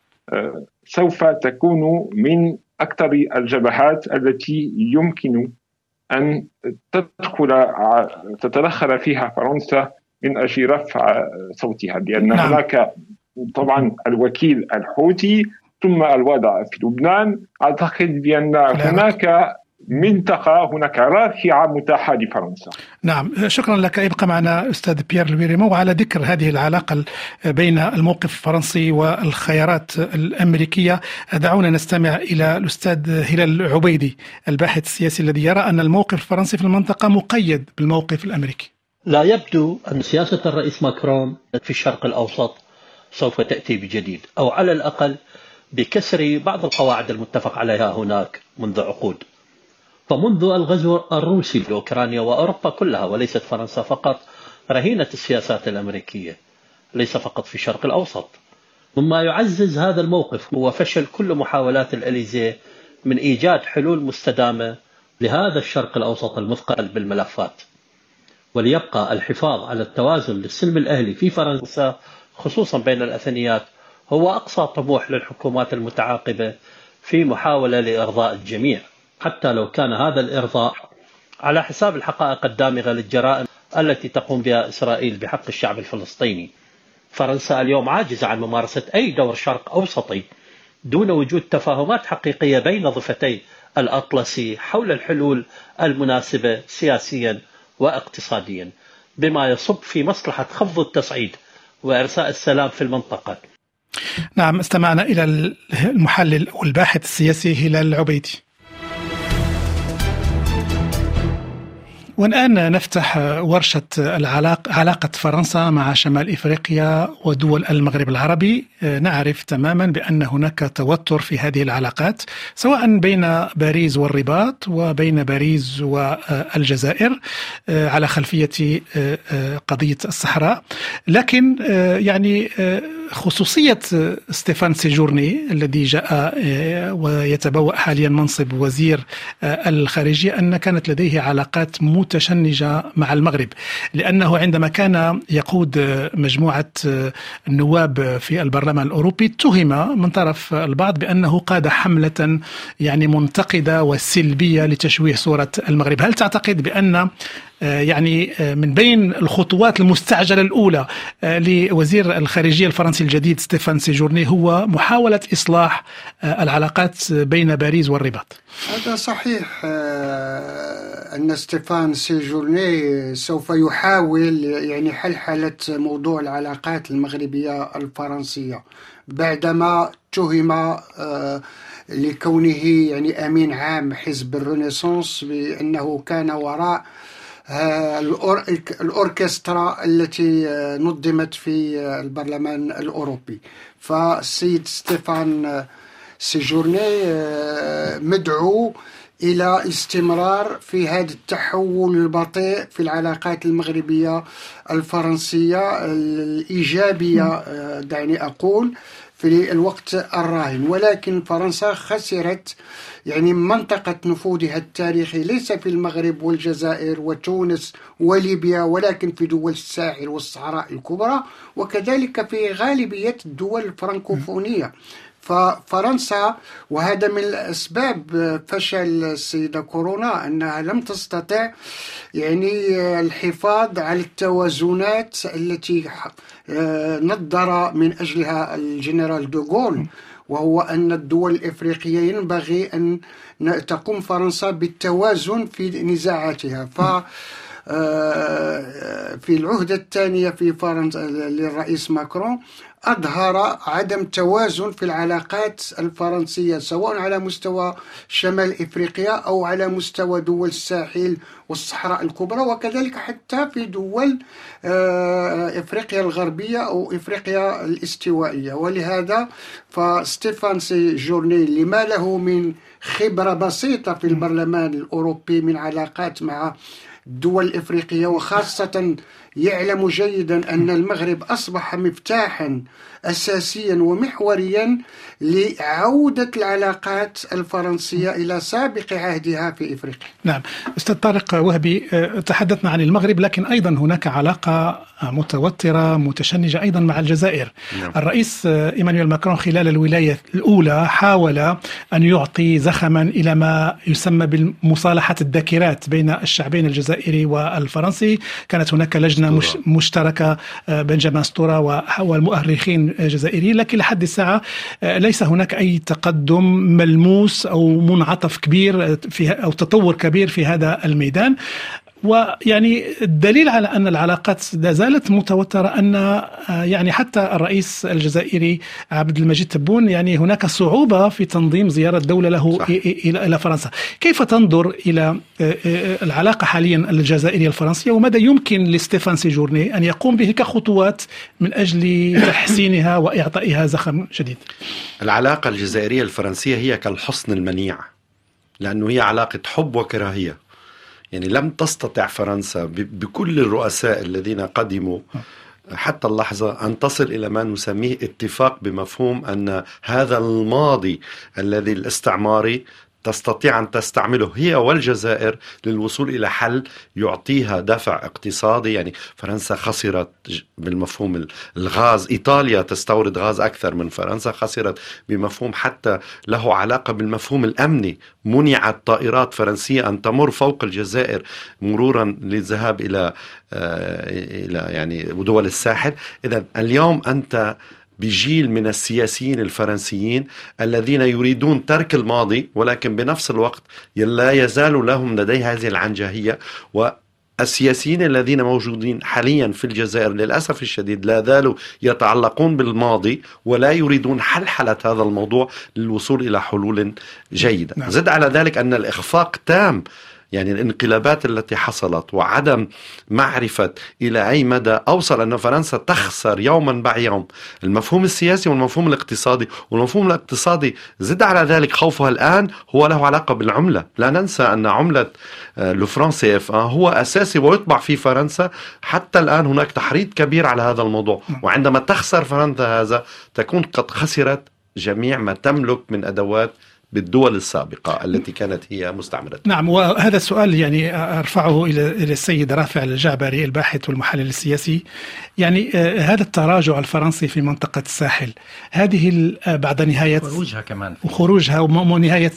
سوف تكون من أكثر الجبهات التي يمكن أن تدخل تتدخل فيها فرنسا من أجل رفع صوتها، لأن نعم. هناك طبعا الوكيل الحوثي ثم الوضع في لبنان. أعتقد بأن هناك منطقة هناك رافعة متاحة لفرنسا. نعم، شكرا لك. يبقى معنا أستاذ بيير لويريمو. وعلى ذكر هذه العلاقة بين الموقف الفرنسي والخيارات الأمريكية، دعونا نستمع إلى الأستاذ هلال العبيدي الباحث السياسي الذي يرى أن الموقف الفرنسي في المنطقة مقيد بالموقف الأمريكي. لا يبدو أن سياسة الرئيس ماكرون في الشرق الأوسط سوف تأتي بجديد، أو على الأقل بكسر بعض القواعد المتفق عليها هناك منذ عقود. فمنذ الغزو الروسي لأوكرانيا وأوروبا كلها وليست فرنسا فقط رهينة السياسات الأمريكية، ليس فقط في الشرق الأوسط. مما يعزز هذا الموقف هو فشل كل محاولات الإليزيه من إيجاد حلول مستدامة لهذا الشرق الأوسط المثقل بالملفات. وليبقى الحفاظ على التوازن للسلم الأهلي في فرنسا خصوصا بين الأثنيات هو أقصى طموح للحكومات المتعاقبة في محاولة لإرضاء الجميع، حتى لو كان هذا الإرضاء على حساب الحقائق الدامغة للجرائم التي تقوم بها إسرائيل بحق الشعب الفلسطيني. فرنسا اليوم عاجزة عن ممارسة أي دور شرق أوسطي دون وجود تفاهمات حقيقية بين ضفتي الأطلسي حول الحلول المناسبة سياسيا واقتصاديا، بما يصب في مصلحة خفض التصعيد وإرساء السلام في المنطقة. نعم، استمعنا إلى المحلل والباحث السياسي هلال العبيدي. والآن نفتح ورشة العلاقة علاقة فرنسا مع شمال إفريقيا ودول المغرب العربي. نعرف تماما بأن هناك توتر في هذه العلاقات، سواء بين باريس والرباط وبين باريس والجزائر على خلفية قضية الصحراء. لكن يعني خصوصية ستيفان سيجورني الذي جاء ويتبوأ حاليا منصب وزير الخارجية أن كانت لديه علاقات متشنجة مع المغرب، لأنه عندما كان يقود مجموعة النواب في البرلمان الأوروبي اتهم من طرف البعض بأنه قاد حملة يعني منتقدة وسلبية لتشويه صورة المغرب. هل تعتقد بأن يعني من بين الخطوات المستعجلة الأولى لوزير الخارجية الفرنسي الجديد ستيفان سيجورني هو محاولة إصلاح العلاقات بين باريس والرباط؟ هذا صحيح أن ستيفان سيجورني سوف يحاول يعني حلحلة موضوع العلاقات المغربية الفرنسية بعدما اتهم لكونه يعني أمين عام حزب الرينيسانس بأنه كان وراء الأوركسترا التي نظمت في البرلمان الأوروبي. فالسيد ستيفان سيجورني مدعو إلى الاستمرار في هذا التحول البطيء في العلاقات المغربية الفرنسية الإيجابية دعني أقول في الوقت الراهن. ولكن فرنسا خسرت يعني منطقة نفوذها التاريخي ليس في المغرب والجزائر وتونس وليبيا، ولكن في دول الساحل والصحراء الكبرى وكذلك في غالبية الدول الفرنكوفونية. ففرنسا، وهذا من الأسباب فشل السيدة كورونا أنها لم تستطع يعني الحفاظ على التوازنات التي نظر من أجلها الجنرال دوغول، وهو أن الدول الإفريقية ينبغي أن تقوم فرنسا بالتوازن في نزاعاتها. ف في العهدة الثانية في فرنسا للرئيس ماكرون أظهر عدم توازن في العلاقات الفرنسية سواء على مستوى شمال إفريقيا أو على مستوى دول الساحل والصحراء الكبرى وكذلك حتى في دول إفريقيا الغربية أو إفريقيا الاستوائية. ولهذا فستيفان سيجورني لما له من خبرة بسيطة في البرلمان الأوروبي من علاقات مع الدول الإفريقية وخاصة يعلم جيدا أن المغرب أصبح مفتاحا أساسيا ومحوريا لعودة العلاقات الفرنسية إلى سابق عهدها في إفريقيا. نعم أستاذ طارق وهبي، تحدثنا عن المغرب لكن أيضا هناك علاقة متوترة متشنجة أيضا مع الجزائر. نعم. الرئيس إيمانويل ماكرون خلال الولاية الأولى حاول أن يعطي زخما إلى ما يسمى بالمصالحة الذاكرات بين الشعبين الجزائري والفرنسي. كانت هناك لجنة مش مشتركة بنجامين ستورا والمؤرخين الجزائريين، لكن لحد الساعة ليس هناك أي تقدم ملموس أو منعطف كبير في أو تطور كبير في هذا الميدان. ويعني الدليل على أن العلاقات لا زالت متوترة أن يعني حتى الرئيس الجزائري عبد المجيد تبون يعني هناك صعوبة في تنظيم زيارة دولة له صح. إلى فرنسا. كيف تنظر إلى العلاقة حاليا الجزائرية الفرنسية، وماذا يمكن لستيفان سيجورني أن يقوم به كخطوات من أجل تحسينها وإعطائها زخم جديد؟ العلاقة الجزائرية الفرنسية هي كالحصن المنيع، لأنه هي علاقة حب وكراهية. يعني لم تستطع فرنسا بكل الرؤساء الذين قدموا حتى اللحظة أن تصل إلى ما نسميه اتفاق بمفهوم أن هذا الماضي الذي الاستعماري تستطيع أن تستعمله هي والجزائر للوصول إلى حل يعطيها دفع اقتصادي. يعني فرنسا خسرت بالمفهوم الغاز، إيطاليا تستورد غاز أكثر من فرنسا، خسرت بمفهوم حتى له علاقة بالمفهوم الأمني، منعت طائرات فرنسية أن تمر فوق الجزائر مرورا للذهاب إلى إلى يعني دول الساحل. إذن اليوم أنت بجيل من السياسيين الفرنسيين الذين يريدون ترك الماضي، ولكن بنفس الوقت لا يزال لهم لدي هذه العنجهية. والسياسيين الذين موجودين حاليا في الجزائر للأسف الشديد لا زالوا يتعلقون بالماضي ولا يريدون حلحلة هذا الموضوع للوصول إلى حلول جيدة. نعم. زد على ذلك أن الإخفاق تام، يعني الانقلابات التي حصلت وعدم معرفة إلى أي مدى أوصل أن فرنسا تخسر يوما بعد يوم المفهوم السياسي والمفهوم الاقتصادي. والمفهوم الاقتصادي زد على ذلك خوفها الآن هو له علاقة بالعملة. لا ننسى أن عملة الفرنك سي اف هو أساسي ويطبع في فرنسا. حتى الآن هناك تحريض كبير على هذا الموضوع، وعندما تخسر فرنسا هذا تكون قد خسرت جميع ما تملك من أدوات بالدول السابقة التي كانت هي مستعمرة. نعم، وهذا السؤال يعني أرفعه إلى السيد رافع الجعبري الباحث والمحلل السياسي. يعني هذا التراجع الفرنسي في منطقة الساحل، هذه بعد نهاية خروجها كمان وخروجها ونهاية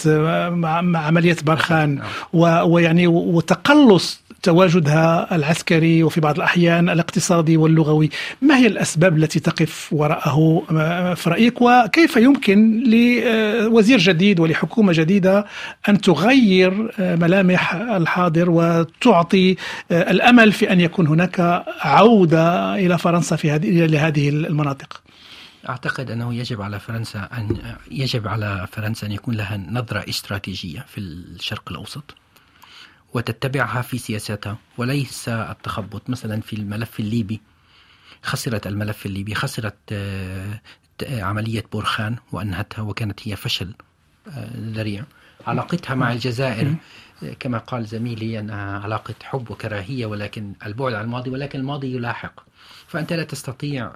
عملية برخان ويعني وتقلص تواجدها العسكري وفي بعض الأحيان الاقتصادي واللغوي، ما هي الأسباب التي تقف وراءه في رأيك؟ وكيف يمكن لوزير جديد ولحكومة جديدة أن تغير ملامح الحاضر وتعطي الأمل في أن يكون هناك عودة إلى فرنسا في هذه لهذه المناطق؟ أعتقد أنه يجب على فرنسا أن يجب على فرنسا أن يكون لها نظرة استراتيجية في الشرق الأوسط وتتبعها في سياساتها، وليس التخبط. مثلا في الملف الليبي خسرت الملف الليبي، خسرت عملية برخان وأنهتها وكانت هي فشل ذريع. علاقتها مع الجزائر كما قال زميلي أنها علاقة حب وكراهية، ولكن البعد عن الماضي، ولكن الماضي يلاحق. فأنت لا تستطيع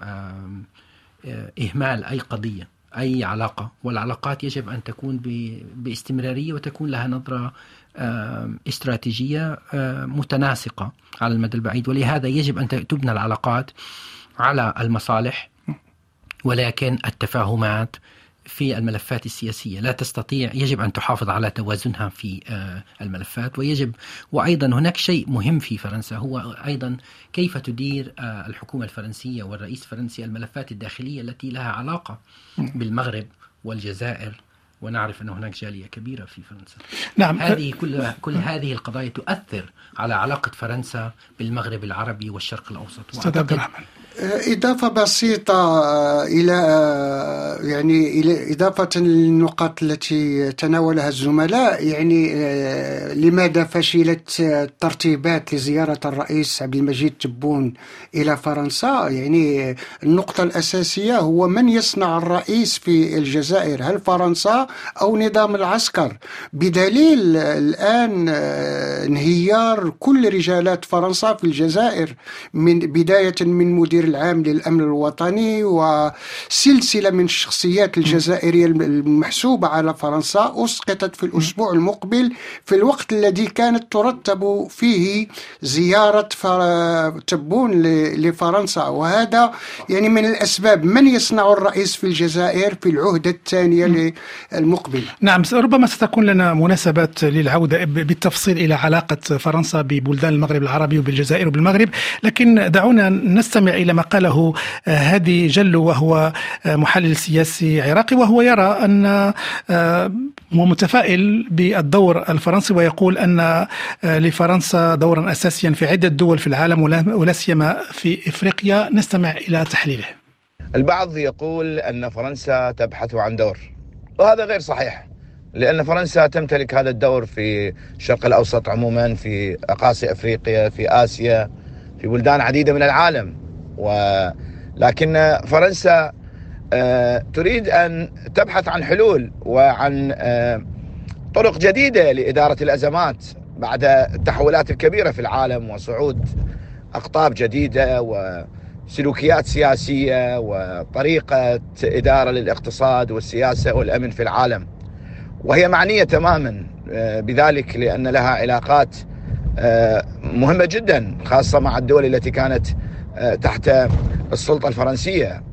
إهمال أي قضية أي علاقة، والعلاقات يجب أن تكون باستمرارية وتكون لها نظرة استراتيجية متناسقة على المدى البعيد. ولهذا يجب أن تبنى العلاقات على المصالح ولكن التفاهمات في الملفات السياسية لا تستطيع، يجب أن تحافظ على توازنها في الملفات. ويجب وأيضا هناك شيء مهم في فرنسا هو أيضا كيف تدير الحكومة الفرنسية والرئيس الفرنسي الملفات الداخلية التي لها علاقة بالمغرب والجزائر، ونعرف أن هناك جالية كبيرة في فرنسا. نعم. هذه كل كل هذه القضايا تؤثر على علاقة فرنسا بالمغرب العربي والشرق الأوسط. أستاذ عبد الرحمن، إضافة بسيطة إلى يعني إلى إضافة للنقاط التي تناولها الزملاء، يعني لماذا فشلت الترتيبات لزيارة الرئيس عبد المجيد تبون إلى فرنسا؟ يعني النقطة الأساسية هو من يصنع الرئيس في الجزائر، هل فرنسا أو نظام العسكر؟ بدليل الآن انهيار كل رجالات فرنسا في الجزائر، من بداية من مدير العام للأمن الوطني وسلسلة من الشخصيات الجزائرية المحسوبة على فرنسا أسقطت في الأسبوع المقبل في الوقت الذي كانت ترتب فيه زيارة تبون لفرنسا. وهذا يعني من الأسباب. من يصنع الرئيس في الجزائر في العهدة الثانية المقبلة؟ نعم، ربما ستكون لنا مناسبات للعودة بالتفصيل إلى علاقة فرنسا ببلدان المغرب العربي وبالجزائر وبالمغرب، لكن دعونا نستمع إلى ما قاله هادي جلو، وهو محلل سياسي عراقي، وهو يرى أن هو متفائل بالدور الفرنسي، ويقول أن لفرنسا دورا أساسيا في عدة دول في العالم ولا سيما في إفريقيا. نستمع إلى تحليله. البعض يقول أن فرنسا تبحث عن دور، وهذا غير صحيح، لأن فرنسا تمتلك هذا الدور في الشرق الأوسط عموما، في أقاصي أفريقيا، في آسيا، في بلدان عديدة من العالم. ولكن فرنسا تريد أن تبحث عن حلول وعن طرق جديدة لإدارة الأزمات بعد التحولات الكبيرة في العالم وصعود أقطاب جديدة وسلوكيات سياسية وطريقة إدارة للاقتصاد والسياسة والأمن في العالم. وهي معنية تماما بذلك لأن لها علاقات مهمة جدا، خاصة مع الدول التي كانت تحت السلطة الفرنسية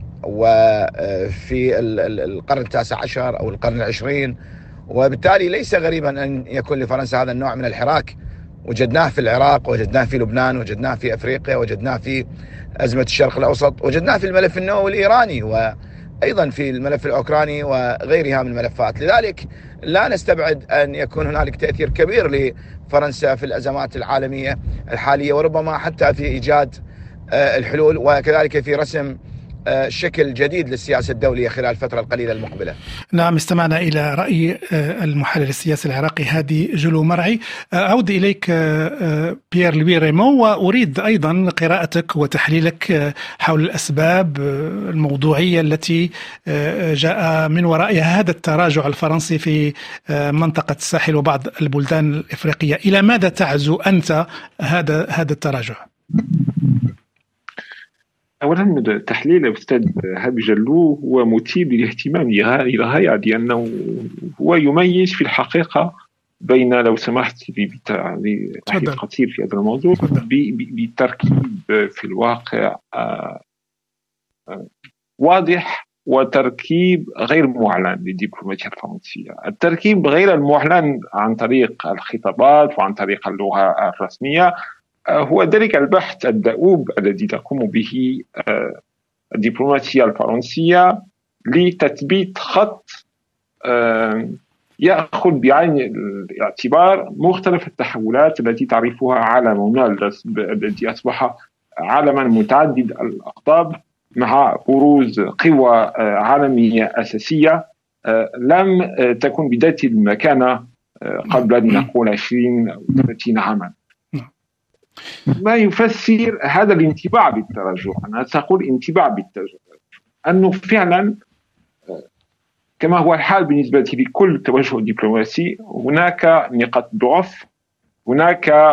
وفي القرن التاسع عشر أو القرن العشرين. وبالتالي ليس غريبا أن يكون لفرنسا هذا النوع من الحراك. وجدناه في العراق، وجدناه في لبنان، وجدناه في أفريقيا، وجدناه في أزمة الشرق الأوسط، وجدناه في الملف النووي الإيراني، وأيضا في الملف الأوكراني وغيرها من الملفات. لذلك لا نستبعد أن يكون هنالك تأثير كبير لفرنسا في الأزمات العالمية الحالية، وربما حتى في إيجاد الحلول وكذلك في رسم شكل جديد للسياسة الدولية خلال الفترة القليلة المقبلة. نعم، استمعنا إلى رأي المحلل السياسي العراقي هادي جلو مرعي. أعود إليك بيير لوي ريمون، وأريد أيضا قراءتك وتحليلك حول الأسباب الموضوعية التي جاء من ورائها هذا التراجع الفرنسي في منطقة الساحل وبعض البلدان الإفريقية. إلى ماذا تعزو أنت هذا هذا التراجع؟ أولا تحليل الأستاذ هادي جلو هو مثير للاهتمام للغاية، لأنه هو يميز في الحقيقة بين، لو سمحت بتحليل قصير في هذا الموضوع، بالتركيب في الواقع واضح وتركيب غير معلن للدبلوماسية الفرنسية. التركيب غير المعلن عن طريق الخطابات وعن طريق اللغة الرسمية هو ذلك البحث الدؤوب الذي تقوم به الدبلوماسية الفرنسية لتثبيت خط يأخذ بعين الاعتبار مختلف التحولات التي تعرفها عالمنا الذي أصبح عالما متعدد الأقطاب، مع بروز قوى عالمية أساسية لم تكن بذات المكانة قبل لنقول عشرين أو ثلاثين عاما. ما يفسر هذا الانطباع بالتراجع؟ أنا سأقول انطباع بالتراجع أنه فعلا كما هو الحال بالنسبة لكل توجه دبلوماسي هناك نقاط ضعف، هناك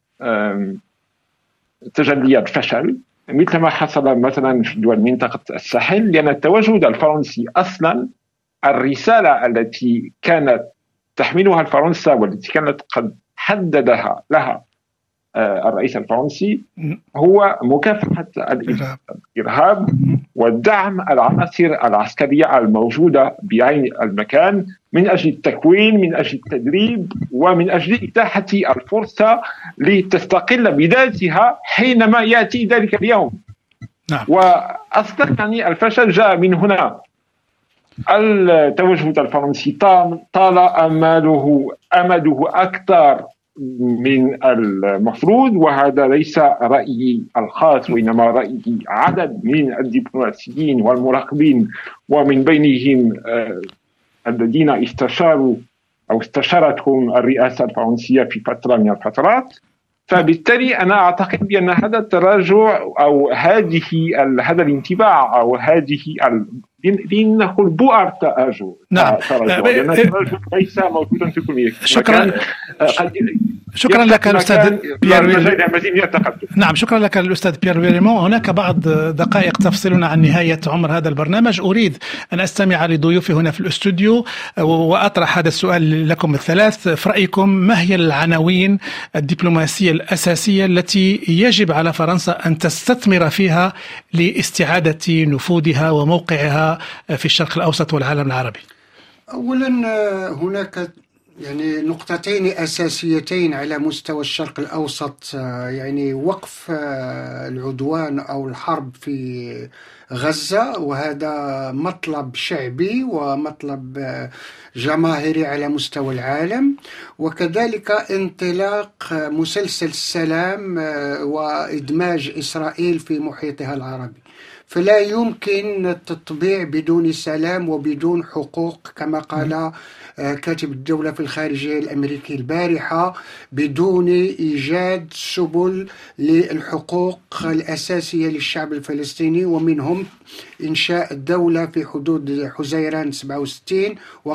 تجليات فشل، مثل ما حصل مثلا في دول منطقة الساحل، لأن التواجد الفرنسي أصلا الرسالة التي كانت تحملها الفرنسا والتي كانت قد حددها لها الرئيس الفرنسي هو مكافحة الإرهاب ودعم العناصر العسكرية الموجودة بعين المكان من أجل التكوين، من أجل التدريب، ومن أجل إتاحة الفرصة لتستقل بذاتها حينما يأتي ذلك اليوم. نعم. وأصلا يعني الفشل جاء من هنا. التوجه الفرنسي طال أمله أمده أكثر من المفروض، وهذا ليس رأيي الخاص وإنما رأي عدد من الدبلوماسيين والمراقبين، ومن بينهم الذين استشاروا أو استشارتهم الرئاسة الفرنسية في فترة من الفترات. فبالتالي أنا أعتقد بأن هذا التراجع أو هذه هذا الانطباع أو هذه لنقول بؤر تراجع. نعم. لأن التراجع ليس موجودا في كل شكرا. شكرا لك الأستاذ بيير. نعم، شكرا لك الأستاذ بيير ويريمون. هناك بعض دقائق تفصلنا عن نهاية عمر هذا البرنامج. أريد أن أستمع لضيوفي هنا في الاستوديو وأطرح هذا السؤال لكم الثلاث. في رأيكم ما هي العناوين الدبلوماسية الأساسية التي يجب على فرنسا أن تستثمر فيها لاستعادة نفوذها وموقعها في الشرق الأوسط والعالم العربي؟ أولا هناك يعني نقطتين أساسيتين على مستوى الشرق الأوسط، يعني وقف العدوان أو الحرب في غزة، وهذا مطلب شعبي ومطلب جماهيري على مستوى العالم، وكذلك انطلاق مسلسل السلام وإدماج إسرائيل في محيطها العربي. فلا يمكن التطبيع بدون سلام وبدون حقوق، كما قال كاتب الدولة في الخارجية الأمريكي البارحة، بدون إيجاد سبل للحقوق الأساسية للشعب الفلسطيني، ومنهم إنشاء الدولة في حدود حزيران سبعة وستين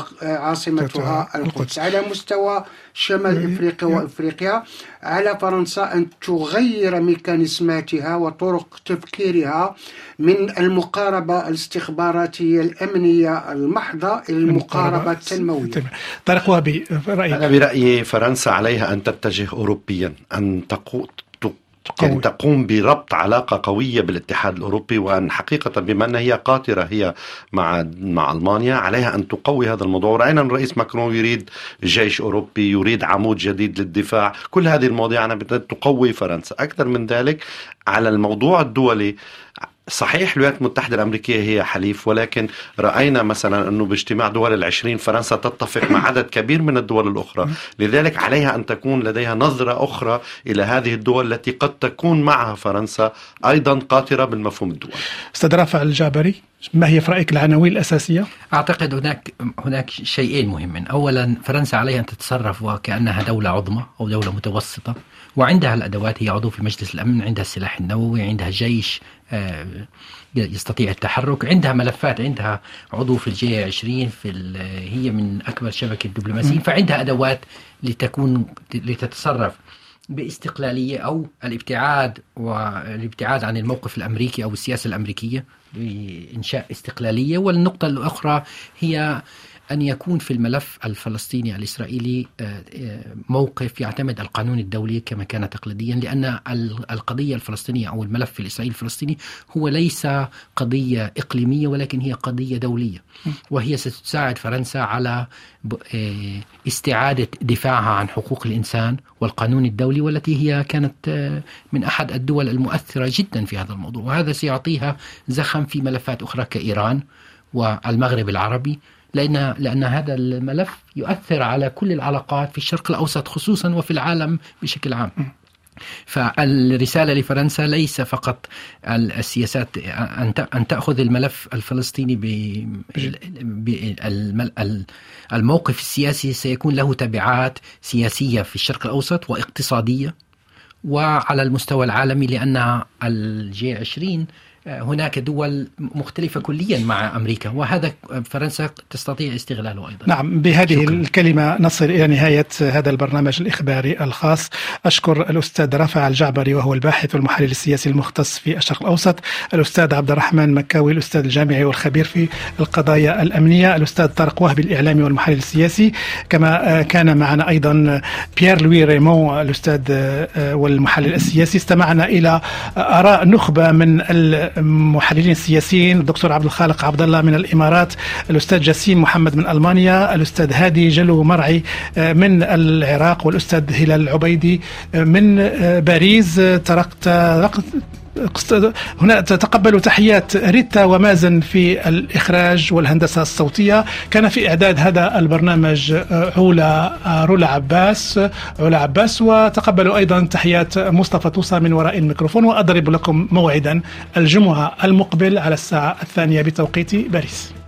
وعاصمتها القدس. على مستوى شمال إفريقيا وإفريقيا، على فرنسا أن تغير ميكانيزماتها وطرق تفكيرها من المقاربة الاستخباراتية الأمنية المحضة إلى المقاربة التنموية. طارق وهبي، رأيك؟ أنا برأيي فرنسا عليها أن تتجه أوروبيا، أن تقود يعني تقوم بربط علاقة قوية بالاتحاد الأوروبي، وأن حقيقة بما أنها هي قاطرة هي مع مع ألمانيا عليها أن تقوي هذا الموضوع. رأينا الرئيس ماكرون يريد جيش أوروبي، يريد عمود جديد للدفاع. كل هذه المواضيع أنا بدها تقوي فرنسا. أكثر من ذلك على الموضوع الدولي، صحيح الولايات المتحدة الأمريكية هي حليف، ولكن رأينا مثلا أنه باجتماع دول العشرين فرنسا تتفق مع عدد كبير من الدول الأخرى، لذلك عليها أن تكون لديها نظرة أخرى إلى هذه الدول التي قد تكون معها فرنسا أيضا قاطرة بالمفهوم الدولي. أستاذ رافع الجعبري، ما هي في رأيك العناوين الأساسية؟ أعتقد هناك هناك شيئين مهمين. أولا، فرنسا عليها أن تتصرف وكأنها دولة عظمى أو دولة متوسطة، وعندها الأدوات. هي عضو في مجلس الأمن، عندها السلاح النووي، عندها جيش يستطيع التحرك، عندها ملفات، عندها عضو في الجي عشرين، في هي من أكبر شبكة دبلوماسيين، فعندها أدوات لتكون لتتصرف باستقلالية أو الابتعاد والابتعاد عن الموقف الأمريكي أو السياسة الأمريكية لإنشاء استقلالية. والنقطة الأخرى هي أن يكون في الملف الفلسطيني الإسرائيلي موقف يعتمد القانون الدولي كما كان تقليديا، لأن القضية الفلسطينية أو الملف الإسرائيلي الفلسطيني هو ليس قضية إقليمية ولكن هي قضية دولية، وهي ستساعد فرنسا على استعادة دفاعها عن حقوق الإنسان والقانون الدولي، والتي هي كانت من أحد الدول المؤثرة جدا في هذا الموضوع، وهذا سيعطيها زخم في ملفات أخرى كإيران والمغرب العربي، لأن لأن هذا الملف يؤثر على كل العلاقات في الشرق الأوسط خصوصا وفي العالم بشكل عام. فالرسالة لفرنسا ليس فقط السياسات أن تأخذ الملف الفلسطيني بالموقف السياسي، سيكون له تبعات سياسية في الشرق الأوسط واقتصادية وعلى المستوى العالمي، لأن الجي عشرين هناك دول مختلفة كليا مع أمريكا، وهذا فرنسا تستطيع استغلاله أيضا. نعم، بهذه شكرا. الكلمة نصل إلى نهاية هذا البرنامج الإخباري الخاص. أشكر الأستاذ رافع الجعبري وهو الباحث والمحلل السياسي المختص في الشرق الأوسط، الأستاذ عبد الرحمن مكاوي الأستاذ الجامعي والخبير في القضايا الأمنية، الأستاذ طارق وهبي الإعلامي والمحلل السياسي، كما كان معنا أيضا بيير لوي ريمون الأستاذ والمحلل السياسي. استمعنا إلى آراء نخبة من المحللين السياسيين، الدكتور عبد الخالق عبد الله من الإمارات، الأستاذ جسيم محمد من ألمانيا، الأستاذ هادي جلو مرعي من العراق، والأستاذ هلال العبيدي من باريس. هنا تتقبل تحيات ريتا ومازن في الإخراج والهندسة الصوتية. كان في إعداد هذا البرنامج علا رولا عباس علا عباس وتقبلوا أيضا تحيات مصطفى توصى من وراء الميكروفون. وأضرب لكم موعدا الجمعة المقبل على الساعة الثانية بتوقيت باريس.